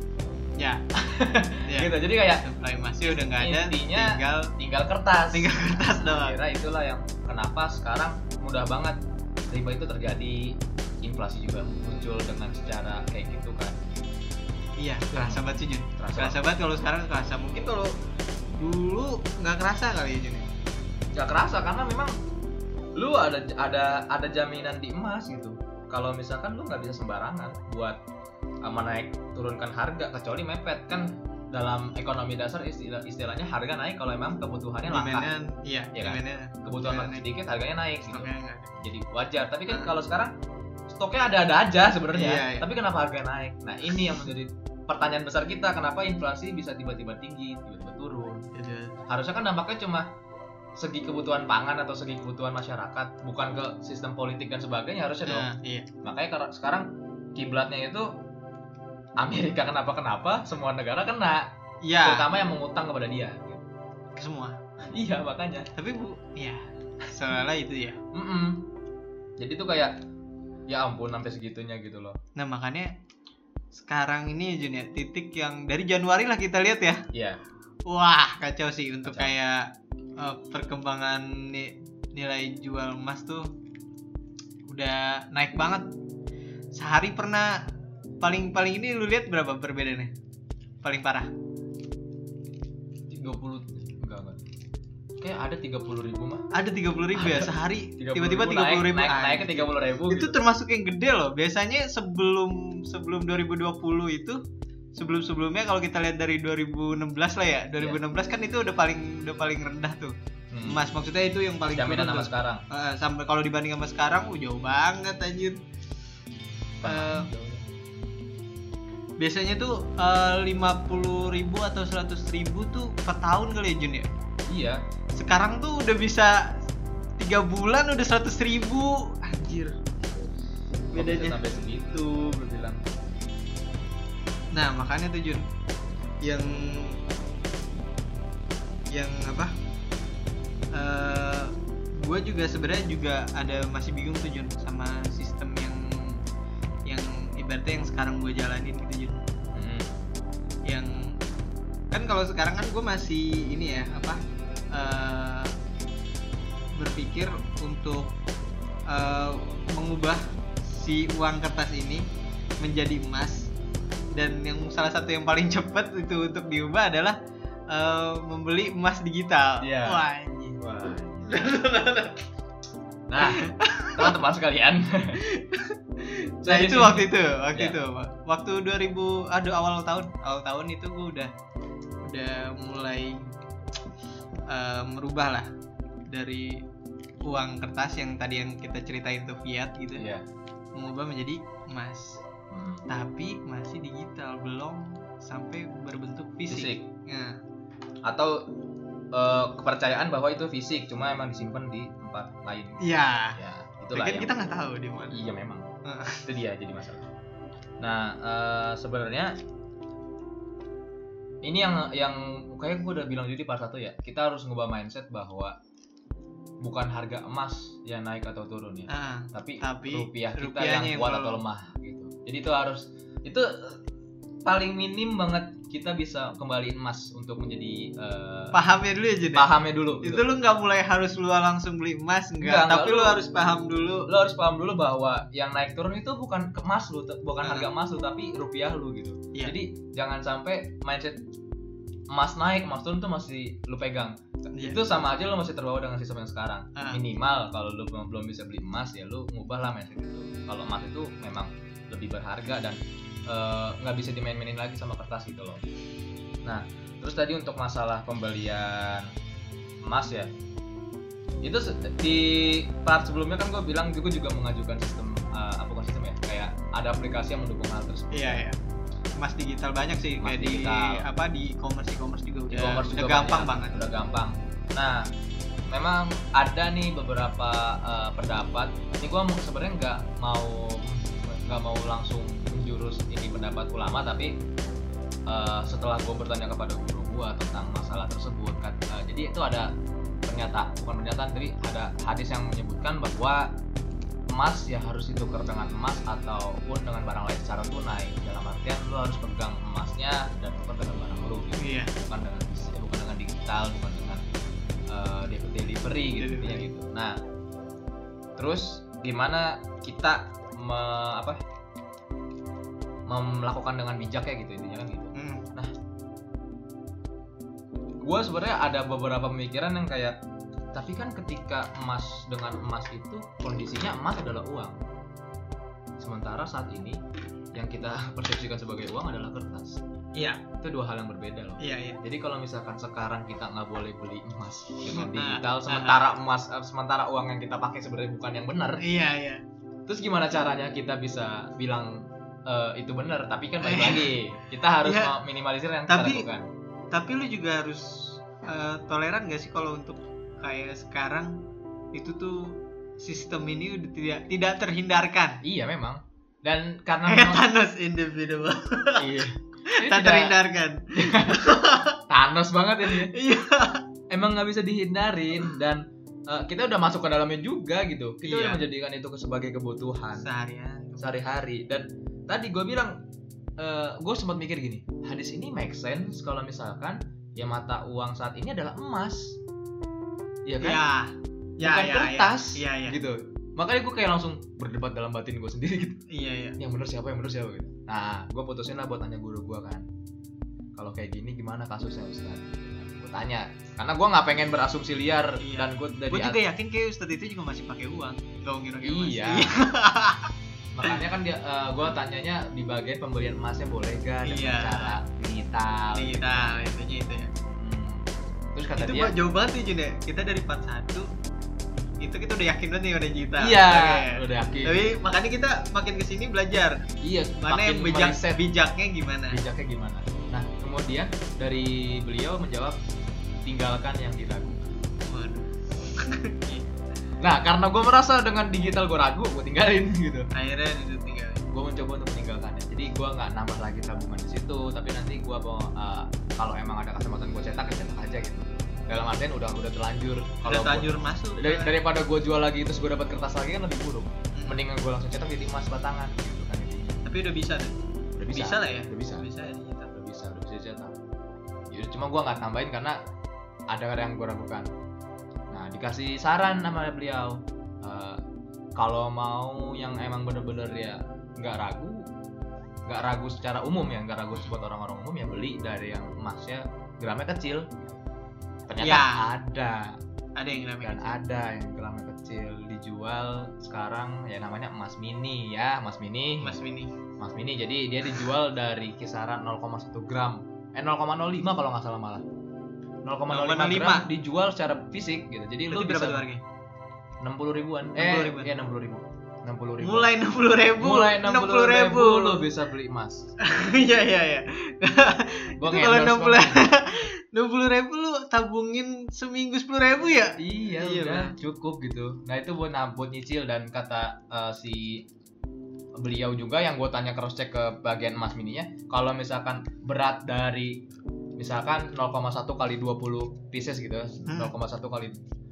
Gitu, jadi kayak suplai emasnya udah nggak ada, tinggal kertas doang. Kira itulah yang kenapa sekarang mudah banget riba itu terjadi, inflasi juga muncul dengan secara kayak gitu kan. Iya, kerasa banget sih Jun. Kerasa banget kalau sekarang kerasa. Mungkin kalau dulu nggak kerasa kali ya Jun. Nggak kerasa karena memang lu ada jaminan di emas gitu. Kalau misalkan lu nggak bisa sembarangan buat menaik turunkan harga, kecuali mepet kan. Dalam ekonomi dasar istilahnya harga naik kalau memang kebutuhannya langka. Iya kan? Kebutuhan sedikit harganya naik gitu. Jadi wajar. Tapi kan kalau sekarang stoknya ada aja sebenarnya. Tapi kenapa harga naik? Nah, ini yang menjadi pertanyaan besar kita, kenapa inflasi bisa tiba-tiba tinggi, tiba-tiba turun. Harusnya kan dampaknya cuma segi kebutuhan pangan atau segi kebutuhan masyarakat, bukan ke sistem politik dan sebagainya harusnya dong. Makanya sekarang kiblatnya itu Amerika kenapa semua negara kena, terutama yang mengutang kepada dia gitu. Semua. Iya, makanya. Tapi soalnya itu ya. Jadi tuh kayak ya ampun sampai segitunya gitu loh. Nah, makanya sekarang ini Jun ya, titik yang dari Januari lah kita lihat ya. Iya. Wah, kacau sih untuk kayak perkembangan nilai jual emas tuh udah naik banget. Sehari pernah paling ini lu lihat berapa perbedaannya? Paling parah 30 enggak. Kayak ada 30.000 mah. Ada 30.000 ya sehari. Tiba-tiba 30.000 naik ke 30.000. Itu termasuk yang gede loh. Biasanya sebelum 2020 itu sebelumnya kalau kita lihat dari 2016 lah ya. 2016 kan itu udah paling rendah tuh. Emas maksudnya itu yang paling jaminan sama sekarang. Sampai kalau dibanding sama sekarang jauh banget anjir. biasanya tuh 50.000 atau 100.000 tuh per tahun kali ya Jun ya. Iya. Sekarang tuh udah bisa 3 bulan udah 100.000, anjir. Bedanya sampai segitu berbilang. Nah makanya tuh Jun, yang apa? Gue juga sebenarnya juga ada masih bingung tuh Jun sama sistem yang ibaratnya yang sekarang gue jalanin gitu Jun. Yang kan kalau sekarang kan gue masih ini ya apa? Berpikir untuk mengubah si uang kertas ini menjadi emas, dan yang salah satu yang paling cepat itu untuk diubah adalah membeli emas digital. Yeah. Wah, anjing. Nah, teman-teman sekalian. Nah itu waktu itu waktu 2000 awal tahun itu gue udah mulai merubah lah dari uang kertas yang tadi yang kita ceritain tuh fiat gitu, mengubah menjadi emas. Tapi masih digital, belum sampai berbentuk fisik. Nah. Atau kepercayaan bahwa itu fisik, cuma emang disimpan di tempat lain. Iya. Ya, itulah kan kita nggak tahu di mana. Iya memang. Itu dia jadi masalah. Nah, sebenarnya ini yang kayak gue udah bilang jadi part 1 ya. Kita harus ngubah mindset bahwa bukan harga emas yang naik atau turun ya, tapi rupiah kita yang kuat atau lemah gitu. Jadi itu paling minim banget kita bisa kembaliin emas untuk menjadi pahamnya dulu aja deh. Pahamnya dulu. Itu lu nggak mulai harus lu langsung beli emas enggak, tapi lu harus paham dulu. Lu harus paham dulu bahwa yang naik turun itu bukan emas lu, bukan harga emas lu, tapi rupiah lu gitu. Yeah. Jadi jangan sampai mindset emas naik, emas turun tuh masih lu pegang. Yeah. Itu sama aja lu masih terbawa dengan sistem yang sekarang. Minimal kalau lu belum bisa beli emas ya lu ngubah lah mindset itu. Kalau emas itu memang lebih berharga dan nggak bisa dimain-mainin lagi sama kertas gitu loh. Nah, terus tadi untuk masalah pembelian emas ya, itu di part sebelumnya kan gue bilang gue juga mengajukan sistem bukan sistem ya, kayak ada aplikasi yang mendukung hal tersebut. Iya. Emas digital banyak sih, emas kayak digital. di e-commerce juga udah gampang banyak, banget. Udah gampang. Nah, memang ada nih beberapa pendapat. Ini gue sebenarnya nggak mau langsung menjurus ini pendapat ulama, tapi setelah gue bertanya kepada guru gue tentang masalah tersebut kan, jadi itu ada bukan pernyataan, tapi ada hadis yang menyebutkan bahwa emas ya harus ditukar dengan emas ataupun dengan barang lain secara tunai. Dalam artian lu harus pegang emasnya dan tukar dengan barang lu gitu. Iya. bukan dengan digital, bukan dengan delivery gitu intinya gitu. Nah, terus gimana kita melakukan dengan bijak ya gitu intinya kan gitu. Nah, gue sebenarnya ada beberapa pemikiran yang kayak, tapi kan ketika emas dengan emas itu kondisinya emas adalah uang, sementara saat ini yang kita persepsikan sebagai uang adalah kertas. Iya. Itu dua hal yang berbeda loh. Iya. Jadi kalau misalkan sekarang kita nggak boleh beli emas dengan digital, sementara uang yang kita pakai sebenarnya bukan yang benar. Iya. Terus gimana caranya kita bisa bilang itu benar? Tapi kan balik lagi kita harus minimalisir yang kita lakukan. Tapi lu juga harus toleran nggak sih kalau untuk kayak sekarang itu tuh sistem ini udah tidak terhindarkan. Iya memang. Dan karena Thanos individual. Iya. Tak terhindarkan. Thanos banget ini. Iya. Emang nggak bisa dihindarin, dan kita udah masuk ke dalamnya juga gitu. Kita udah menjadikan itu sebagai kebutuhan sehari-hari. Dan tadi gue bilang, gue sempat mikir gini, hadis ini make sense kalau misalkan ya mata uang saat ini adalah emas, ya kan? Bukan kertas, gitu. Makanya gue kayak langsung berdebat dalam batin gue sendiri gitu. Iya. Yang bener siapa gitu. Nah, gue putusin lah buat tanya guru gue kan, kalau kayak gini gimana kasusnya Ustaz? Gue tanya, karena gue nggak pengen berasumsi liar. Dan gue juga yakin kayak Ustaz itu juga masih pakai uang, nggak ngira emas. Iya. Makanya kan gue tanyanya di bagian pembelian emasnya boleh gak dengan cara digital intinya itu ya. Terus kata itu dia jauh banget nih Jun ya, kita dari part 1 itu kita udah yakin banget nih udah digital. Iya, Oke. udah yakin. Tapi makanya kita makin kesini belajar Iya, mana yang makin bijaknya gimana. bijaknya gimana. Nah, kemudian dari beliau menjawab tinggalkan yang diragukan. Waduh. Nah, karena gue merasa dengan digital gue ragu, gue tinggalin gitu. Akhirnya ditinggalin. Gue mencoba untuk meninggalkannya. Jadi gue nggak nambah lagi tabungan di situ, tapi nanti gue mau kalau emang ada kesempatan gue cetak aja gitu. Dalam artian udah terlanjur. Udah terlanjur masuk. Daripada gue jual lagi terus gue dapat kertas lagi kan lebih buruk. Mendingan gue langsung cetak jadi emas batangan gitu kan itu. Tapi udah bisa deh. Udah bisa lah ya. Udah bisa. Bisa ya digital. Udah bisa cetak. Jadi cuma gue nggak tambahin karena ada yang gue ragukan. Nah, dikasih saran sama beliau, kalau mau yang emang bener-bener ya nggak ragu secara umum ya, nggak ragu buat orang-orang umum ya beli dari yang emasnya gramnya kecil. Ternyata Ya. Ada yang gramnya dan kecil. ada yang gramnya kecil dijual sekarang ya namanya emas mini ya, emas mini. Jadi dia dijual dari kisaran 0,1 gram, 0,05 kalau nggak salah malah. 0,05 gram dijual secara fisik gitu. Jadi Berarti lu berapa bisa tuh harganya? 60 ribuan. 60 ribuan. Iya 60 ribu. 60 ribu. Mulai 60.000. Mulai 60 ribu lu bisa beli emas. Iya. Gua Itu kalau nge-endorse 60.000 lu tabungin seminggu 10.000 ya? Iya, Iya, udah Bang. cukup gitu. Nah, itu buat nyicil dan kata si beliau juga yang gue tanya cross check ke bagian emas mininya, kalau misalkan berat dari misalkan 0,1 kali 20 pieces gitu, 0,1 kali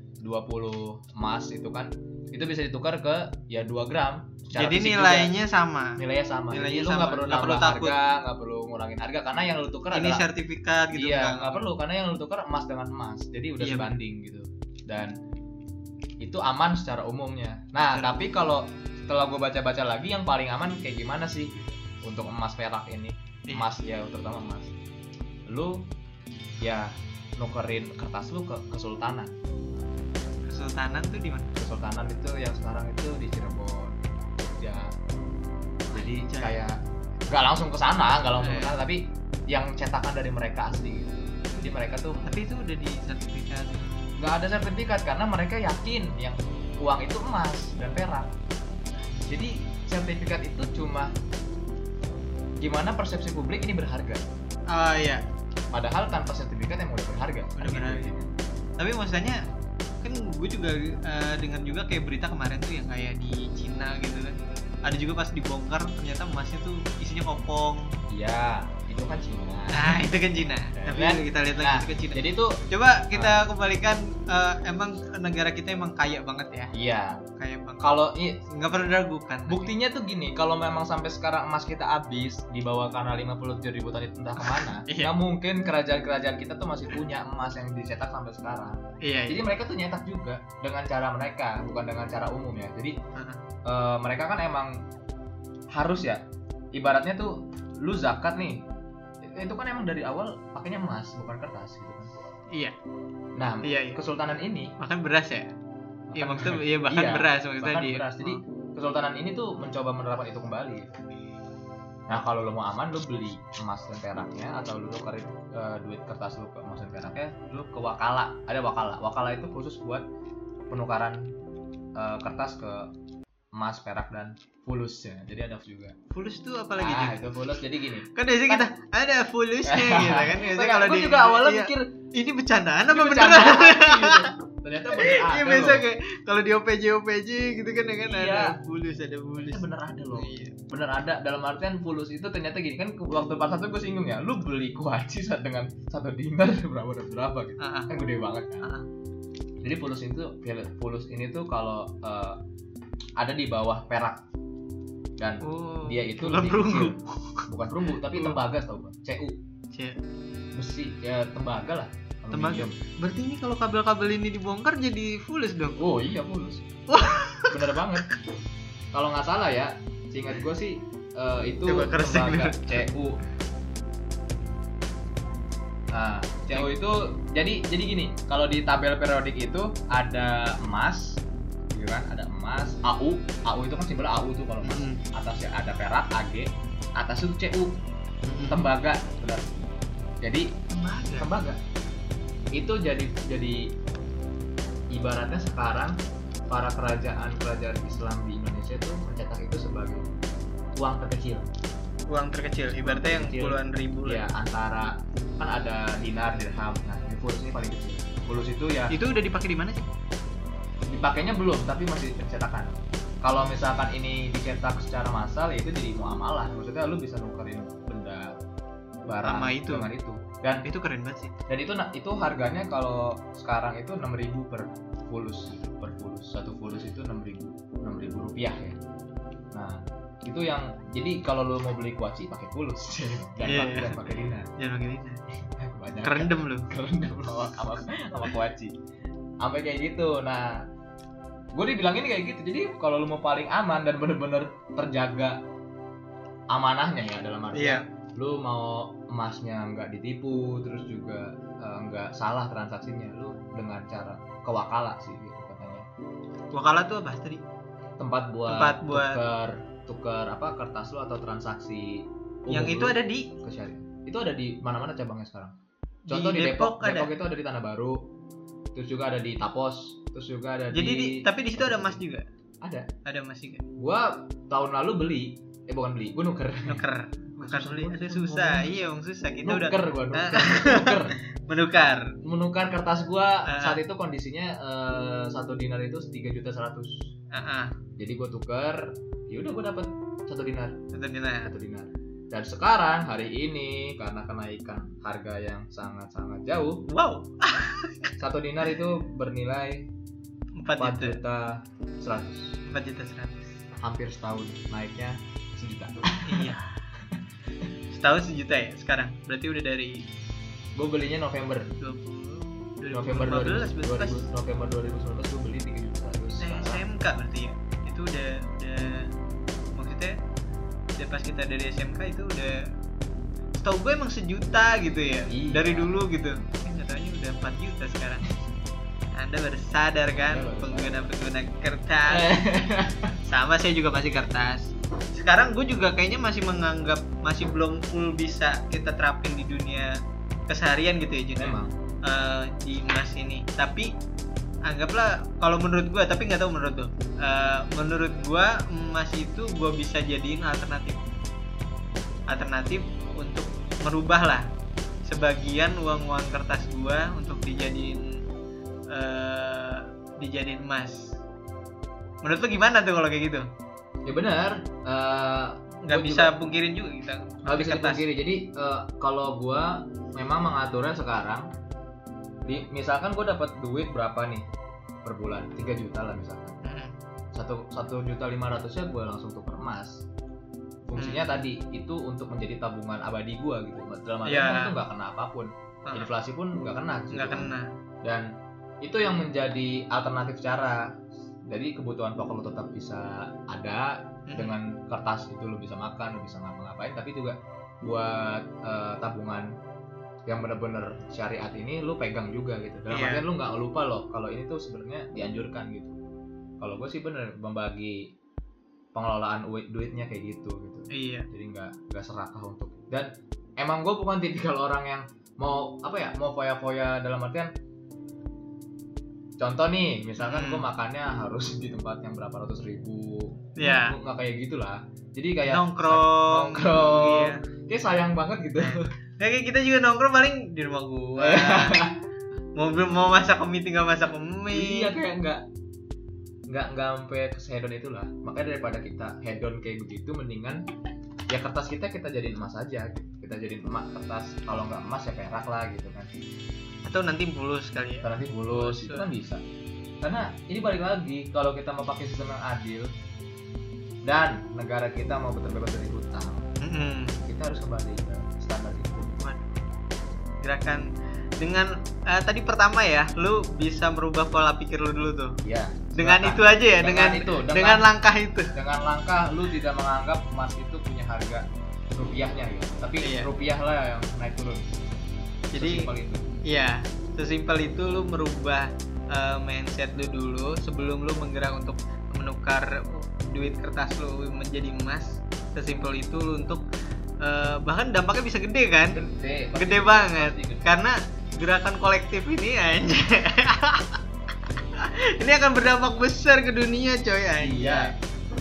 20 emas itu kan itu bisa ditukar ke ya 2 gram. Jadi nilainya sama. Nilainya sama. Nilainya Jadi lu sama. nggak perlu Nggak perlu nambah takut. harga, nggak perlu ngurangin harga karena yang lu tukar Ini adalah sertifikat gitu. iya, nggak perlu karena yang lu tukar emas dengan emas. Jadi udah Iya, sebanding gitu. Dan itu aman secara umumnya. Nah, tapi kalau setelah gue baca-baca lagi yang paling aman kayak gimana sih untuk emas perak ini? Emas ya, terutama emas. Lu ya nukerin kertas lu ke Kesultanan. Kesultanan tuh di mana? Kesultanan itu yang sekarang itu di Cirebon, Jogja. Jadi kayak nggak langsung ke sana, tapi yang cetakan dari mereka asli gitu. Jadi mereka tuh Tapi itu udah di sertifikat. nggak ada sertifikat karena mereka yakin yang uang itu emas dan perak. Jadi sertifikat itu cuma gimana persepsi publik ini berharga. Oh iya. Padahal tanpa sertifikat yang udah berharga. Udah berharga. Tapi maksudnya kan gue juga dengar juga kayak berita kemarin tuh yang kayak di Cina gitu kan. Ada juga pas dibongkar ternyata emasnya tuh isinya kopong. Iya, itu kan Cina. Nah, itu kan Cina. Tapi kan? kita lihat lagi itu kan Cina. Jadi tuh Coba kita kembalikan emang negara kita emang kaya banget ya. iya. Kaya banget. Kalau nggak perlu diragukan. buktinya tuh gini, kalau memang sampai sekarang emas kita habis dibawa karena 57.000 ton itu entah kemana, Iya. nggak mungkin kerajaan-kerajaan kita tuh masih punya emas yang dicetak sampai sekarang. Iya. Jadi mereka tuh nyetak juga dengan cara mereka, bukan dengan cara umum ya. Jadi mereka kan emang harus ya, ibaratnya tuh lu zakat nih, itu kan emang dari awal pakainya emas bukan kertas gitu kan. Iya. Nah, Iya. Kesultanan ini Bahkan beras ya. Iya maksudnya iya bahkan beras maksudnya bahkan di. beras. Jadi Kesultanan ini tuh mencoba menerapkan itu kembali. Nah, kalau lo mau aman, lo beli emas dan peraknya atau lo tukerin duit kertas lo ke emas dan peraknya, lo ke wakala. Ada wakala. Wakala itu khusus buat penukaran kertas ke emas, perak dan fulus ya. Jadi ada juga. Fulus tuh apa lagi juga? Itu fulus. Jadi gini. Kan biasanya kita ada fulusnya gitu kan. Biasanya kalau Gue di juga awalnya iya, mikir ini bercandaan apa ini beneran? bercandaan gitu. Ternyata bener ada. Iya biasa loh. kayak kalau di OPJ gitu kan ya kan Iya. ada fulus. Ternyata bener ada loh. Iya. Bener ada, dalam artian fulus itu ternyata gini kan, waktu pas satu gue singgung ya, lu beli kuaci dengan 1 dinar berapa gitu. Kan gede banget kan. Jadi fulus ini tuh kalau ada di bawah perak dan dia itu bukan lebih perunggu. kecil. Bukan perunggu tapi tembaga, tau gak? CU besi ya, tembaga lah. Tembaga. Berarti ini kalau kabel-kabel ini dibongkar jadi fulus dong. Oh iya fulus. Bener banget. Kalau nggak salah ya, seingat gue sih itu Coba keresek tembaga dulu. CU. Nah, CU itu jadi gini, kalau di tabel periodik itu ada emas, gitu kan? Ada emas, AU itu kan simbol AU tuh kalau emas. Atasnya ada perak AG, atas itu CU, tembaga, benar. Jadi tembaga itu jadi ibaratnya sekarang para kerajaan Islam di Indonesia tuh mencetak itu sebagai uang terkecil. Uang terkecil, ibaratnya yang puluhan ribu ya, lah. Antara kan ada dinar, dirham. Nah, di fulus ini paling kecil. Fulus itu ya. Itu udah dipakai di mana sih? Dipakainya belum, tapi masih pencetakan. Kalau misalkan ini dicetak secara massal, ya itu jadi muamalah. Maksudnya lu bisa nukerin benda barang sama itu. dengan itu. Dan itu keren banget sih. Dan itu harganya kalau sekarang itu 6.000 per fulus. Satu fulus itu 6.000 rupiah ya. Nah, itu yang jadi kalau lu mau beli kuaci pakai fulus. Jangan pakai dinar. Jangan pakai dinar. Banyak. Kerendam lu sama kuaci. Sampai kayak gitu. Nah, gue dibilangin kayak gitu. Jadi kalau lu mau paling aman dan bener-bener terjaga amanahnya ya dalam artian lu mau emasnya nggak ditipu, terus juga nggak salah transaksinya, lu dengan cara kewakala sih gitu katanya. Wakala tuh apa tadi? Tempat buat tukar apa kertas lu atau transaksi. Yang itu ada di Kesyariah. Itu ada di mana-mana cabangnya sekarang. Contoh di Depok itu ada di Tanah Baru. Terus juga ada di Tapos, terus juga ada tapi di situ ada emas juga. Ada emas juga. Gua tahun lalu beli, bukan beli, gua nuker. Bukan beli, susah. Iya, susah. Kita nuker. Menukar kertas gua saat itu kondisinya 1 dinar itu 3.100.000. Jadi gua tuker, ya udah gua dapat 1 dinar. 1 dinar. Dan sekarang hari ini karena kenaikan harga yang sangat-sangat jauh, 1 dinar itu bernilai 4.100.000. Hampir setahun naiknya 1 juta. Iya. Setahun 1 juta ya sekarang. Berarti udah dari gue belinya November 2019 gue beli 3 juta. SMK berarti ya. Itu udah maksudnya udah pas kita dari SMK itu udah setahu gue emang 1 juta gitu ya. Iya. Dari dulu gitu. Nggak taunya udah 4 juta sekarang. Anda baru sadar kan pengguna kertas. Sama saya juga masih kertas. Sekarang gue juga kayaknya masih belum full bisa kita terapin di dunia keseharian gitu ya Jun. Emang di emas ini. Tapi anggaplah kalau menurut gue, tapi nggak tahu menurut lo. Menurut gue emas itu gue bisa jadiin alternatif untuk merubah lah sebagian uang kertas gue untuk dijadiin emas. Menurut lo gimana tuh kalau kayak gitu? Ya benar. Nggak bisa pungkirin juga kita. Nggak bisa dipungkiri. Jadi kalau gue memang mengaturnya sekarang, misalkan gue dapat duit berapa nih per bulan, 3 juta lah misalkan. 1.500.000 gue langsung tukar emas. Fungsinya tadi itu untuk menjadi tabungan abadi gue gitu. Dalam artian itu nggak kena apapun, inflasi pun nggak kena. Nggak kena. Dan itu yang menjadi alternatif cara. Jadi kebutuhan pokok lo tetap bisa ada dengan kertas itu lo bisa makan, lo bisa ngapa-ngapain, tapi juga buat tabungan yang benar-benar syariat ini lo pegang juga gitu. Dalam artian lo nggak lupa loh kalau ini tuh sebenarnya dianjurkan gitu. Kalau gue sih bener membagi pengelolaan duitnya kayak gitu. Iya. Jadi nggak serakah untuk. Dan emang gue bukan tipikal orang yang mau foya-foya dalam artian. Contoh nih, misalkan gue makannya harus di tempat yang berapa ratus ribu. Iya. Nggak kayak gitulah. Jadi kayak nongkrong. Iya. Kayak sayang banget gitu. Kayak kita juga nongkrong paling di rumah gua. mau masak mie tinggal masak mie. Iya, kayak nggak sampai ke hedon itulah. Makanya daripada kita hedon kayak begitu, mendingan ya kertas kita jadiin emas aja. Kita jadiin kertas, kalau nggak emas ya perak lah gitu kan. Atau nanti bulus kali ya. Nanti bulus itu kan bisa. Karena ini balik lagi, kalau kita mau pakai sistem yang adil dan negara kita mau bebas dari hutang, kita harus kembali ke standar itu. Gerakan dengan tadi pertama ya, lu bisa merubah pola pikir lu dulu tuh. Iya. Dengan itu aja ya, dengan langkah itu. Dengan langkah lu tidak menganggap emas itu punya harga rupiahnya gitu. Tapi rupiah lah yang naik turun. Jadi iya, sesimpel itu lu merubah mindset lu dulu sebelum lu menggerak untuk menukar duit kertas lu menjadi emas. Sesimpel itu lu untuk bahkan dampaknya bisa gede kan? Gede banget. Karena gerakan kolektif ini aja. Ini akan berdampak besar ke dunia, coy. Iya.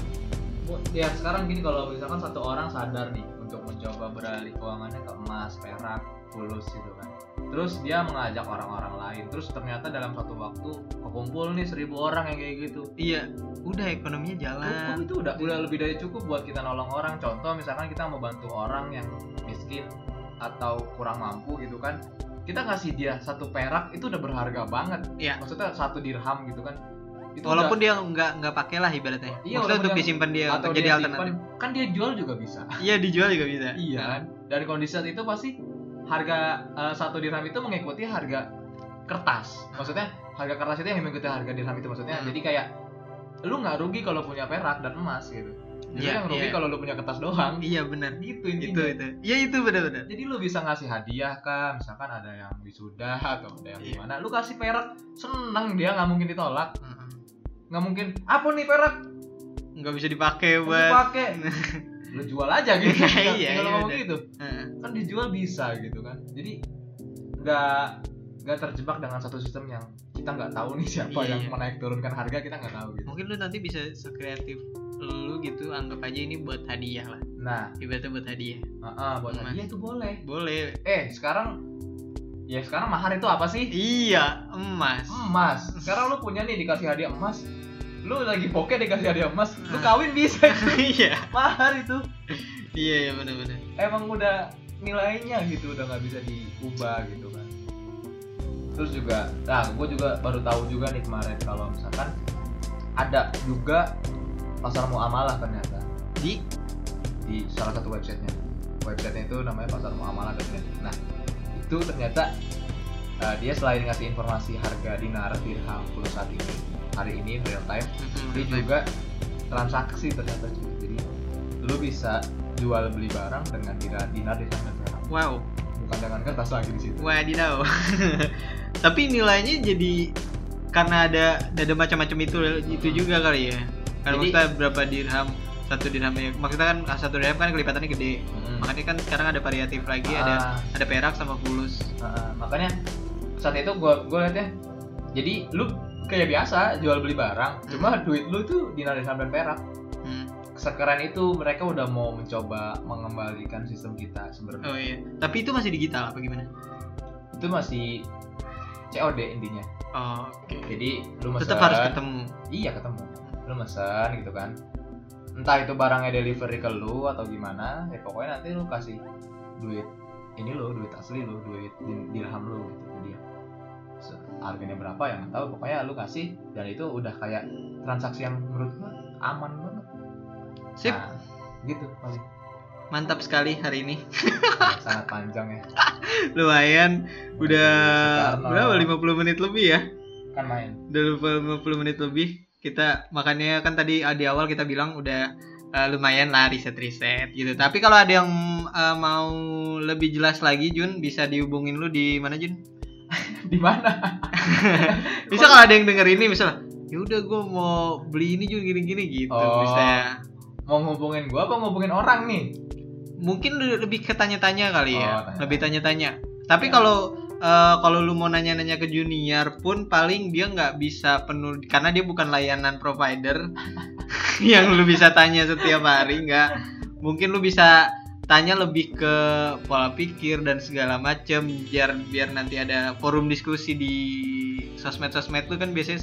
Ya sekarang gini, kalau misalkan satu orang sadar nih untuk mencoba beralih keuangannya ke emas, perak, fulus gitu kan. Terus dia mengajak orang-orang lain. Terus ternyata dalam satu waktu kekumpul nih 1.000 orang yang kayak gitu. Iya, udah ekonominya jalan. Cukup, itu udah lebih dari cukup buat kita nolong orang. Contoh misalkan kita mau bantu orang yang miskin atau kurang mampu gitu kan. Kita ngasih dia 1 perak itu udah berharga banget. Iya. Maksudnya 1 dirham gitu kan. Itu walaupun udah, dia nggak pakai lah ibaratnya. Iya, maksudnya untuk disimpan dia atau untuk jadi dia alternatif. simpan, kan dia jual juga bisa. Iya, dijual juga bisa. Iya kan. Dari kondisi saat itu pasti harga 1 dirham itu mengikuti harga kertas. Maksudnya harga kertas itu yang mengikuti harga dirham itu maksudnya. Jadi kayak lu nggak rugi kalau punya perak dan emas gitu. Jadi yang rugi kalau lu punya kertas doang. Iya benar. Gitu intinya. Itu. Iya itu benar-benar. Jadi lu bisa ngasih hadiah kan, misalkan ada yang wisuda atau ada yang gimana, lu kasih perak, seneng dia, nggak mungkin ditolak. Nggak mungkin, apa nih perak? Nggak bisa dipakai buat. Dipakai. Lu jual aja gitu. Iya. Kalau ngomong gitu. Kan dijual bisa gitu kan. Jadi nggak terjebak dengan satu sistem yang kita nggak tahu nih siapa yang menaik turunkan harga, kita nggak tahu gitu. Mungkin lu nanti bisa sekreatif lu gitu, anggap aja ini buat hadiah lah. Nah, ibaratnya buat hadiah. Buat hadiah itu boleh. Sekarang mahar itu apa sih? Iya, emas. Sekarang lu punya nih, dikasih hadiah emas. Lu lagi bokeh dikasih hadiah emas, lu kawin bisa. Iya. Mahar itu. Iya benar-benar. Emang udah nilainya gitu, udah nggak bisa diubah gitu kan. Terus juga, gue juga baru tahu juga nih kemarin kalau misalkan ada juga pasar muamalah ternyata di salah satu websitenya itu namanya pasarmuamalah.net. Nah itu ternyata dia selain ngasih informasi harga dinar, dirham, fulus saat ini hari ini real time, dia juga transaksi ternyata. Jadi lu bisa jual beli barang dengan dinar, dirham, dan perak. Wow. Bukan dengan kertas lagi di situ. Wadidaw. Tapi nilainya jadi karena ada macam-macam itu juga kali ya. Karena maksudnya berapa dirham, 1 dirham ya. Maksudnya kan 1 dirham kan kelipatannya gede. Makanya kan sekarang ada variatif lagi, ada perak sama fulus. Makanya saat itu gue lihat ya. Jadi lu kayak biasa jual beli barang, cuma duit lu tuh dinar, dirham, dan perak. Sekeren itu mereka udah mau mencoba mengembalikan sistem kita sebenarnya. Oh iya. Tapi itu masih digital apa gimana? Itu masih COD intinya. Oh, oke. Jadi lu mesen. Tetap harus ketemu. Iya, ketemu. Lu mesen gitu kan. Entah itu barangnya delivery ke lu atau gimana, ya pokoknya nanti lu kasih duit ini lu, duit asli lu, duit dirham lu gitu ke dia. Harganya berapa ya nggak tahu, pokoknya lu kasih, dan itu udah kayak transaksi yang menurut gua aman banget. Sip. Nah, gitu paling. Mantap sekali hari ini. Sangat panjang ya. Lumayan, udah berapa, 50 menit lebih ya? Kan main. Udah 50 menit lebih. Kita makanya kan tadi di awal kita bilang udah lumayan lah riset gitu. Tapi kalau ada yang mau lebih jelas lagi, Jun, bisa dihubungin lu di mana, Jun? Di mana? Bisa kalau ada yang denger ini misalnya, ya udah gue mau beli ini, Jun, gini-gini gitu. Bisa. Mau ngubungin gua apa ngubungin orang nih? Mungkin lebih ke tanya-tanya kali ya. Lebih tanya-tanya. Tapi ya. Kalau lu mau nanya-nanya ke junior pun paling dia nggak bisa penuh karena dia bukan layanan provider yang lu bisa tanya setiap hari, nggak. Mungkin lu bisa tanya lebih ke pola pikir dan segala macem, biar nanti ada forum diskusi di sosmed lu kan biasanya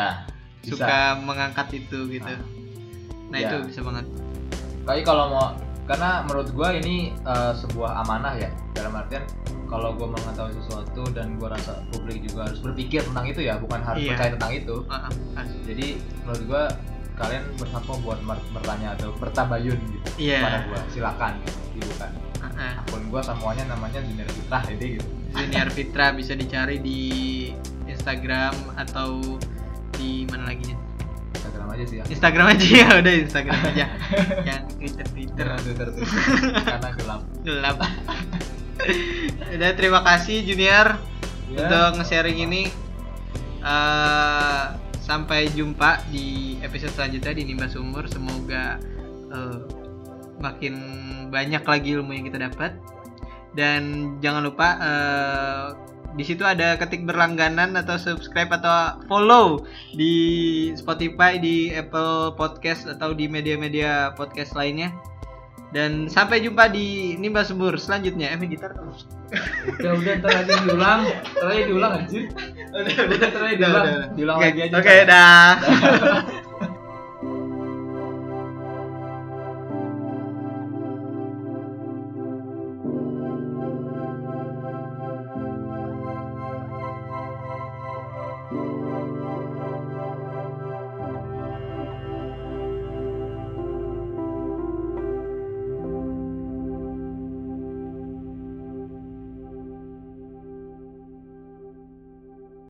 suka mengangkat itu gitu. Nah itu bisa banget. Tapi kalau mau, karena menurut gue ini sebuah amanah ya, dalam artian kalau gue mengetahui sesuatu dan gue rasa publik juga harus berpikir tentang itu ya, bukan harus percaya tentang itu. Jadi menurut gue kalian berhak buat bertanya atau bertabayun gitu kepada gue, silakan dibuka. Akun gue semuanya namanya Junior Fitra, jadi gitu. Junior Fitra bisa dicari di Instagram atau di mana lagi nih? Instagram aja sih ya. Instagram aja ya, udah Instagram aja. Yang Twitter. Karena gelap. Udah, terima kasih Junior untuk nge-sharing ini. Sampai jumpa di episode selanjutnya di Nimba Sumur. Semoga makin banyak lagi ilmu yang kita dapat. Dan jangan lupa Di situ ada ketik berlangganan atau subscribe atau follow di Spotify, di Apple Podcast atau di media-media podcast lainnya. Dan sampai jumpa di Nimba Sembur selanjutnya. Main gitar terus. Udah ntar lagi diulang anjir. Udah ntar lagi diulang. Diulang lagi aja. Oke, dah.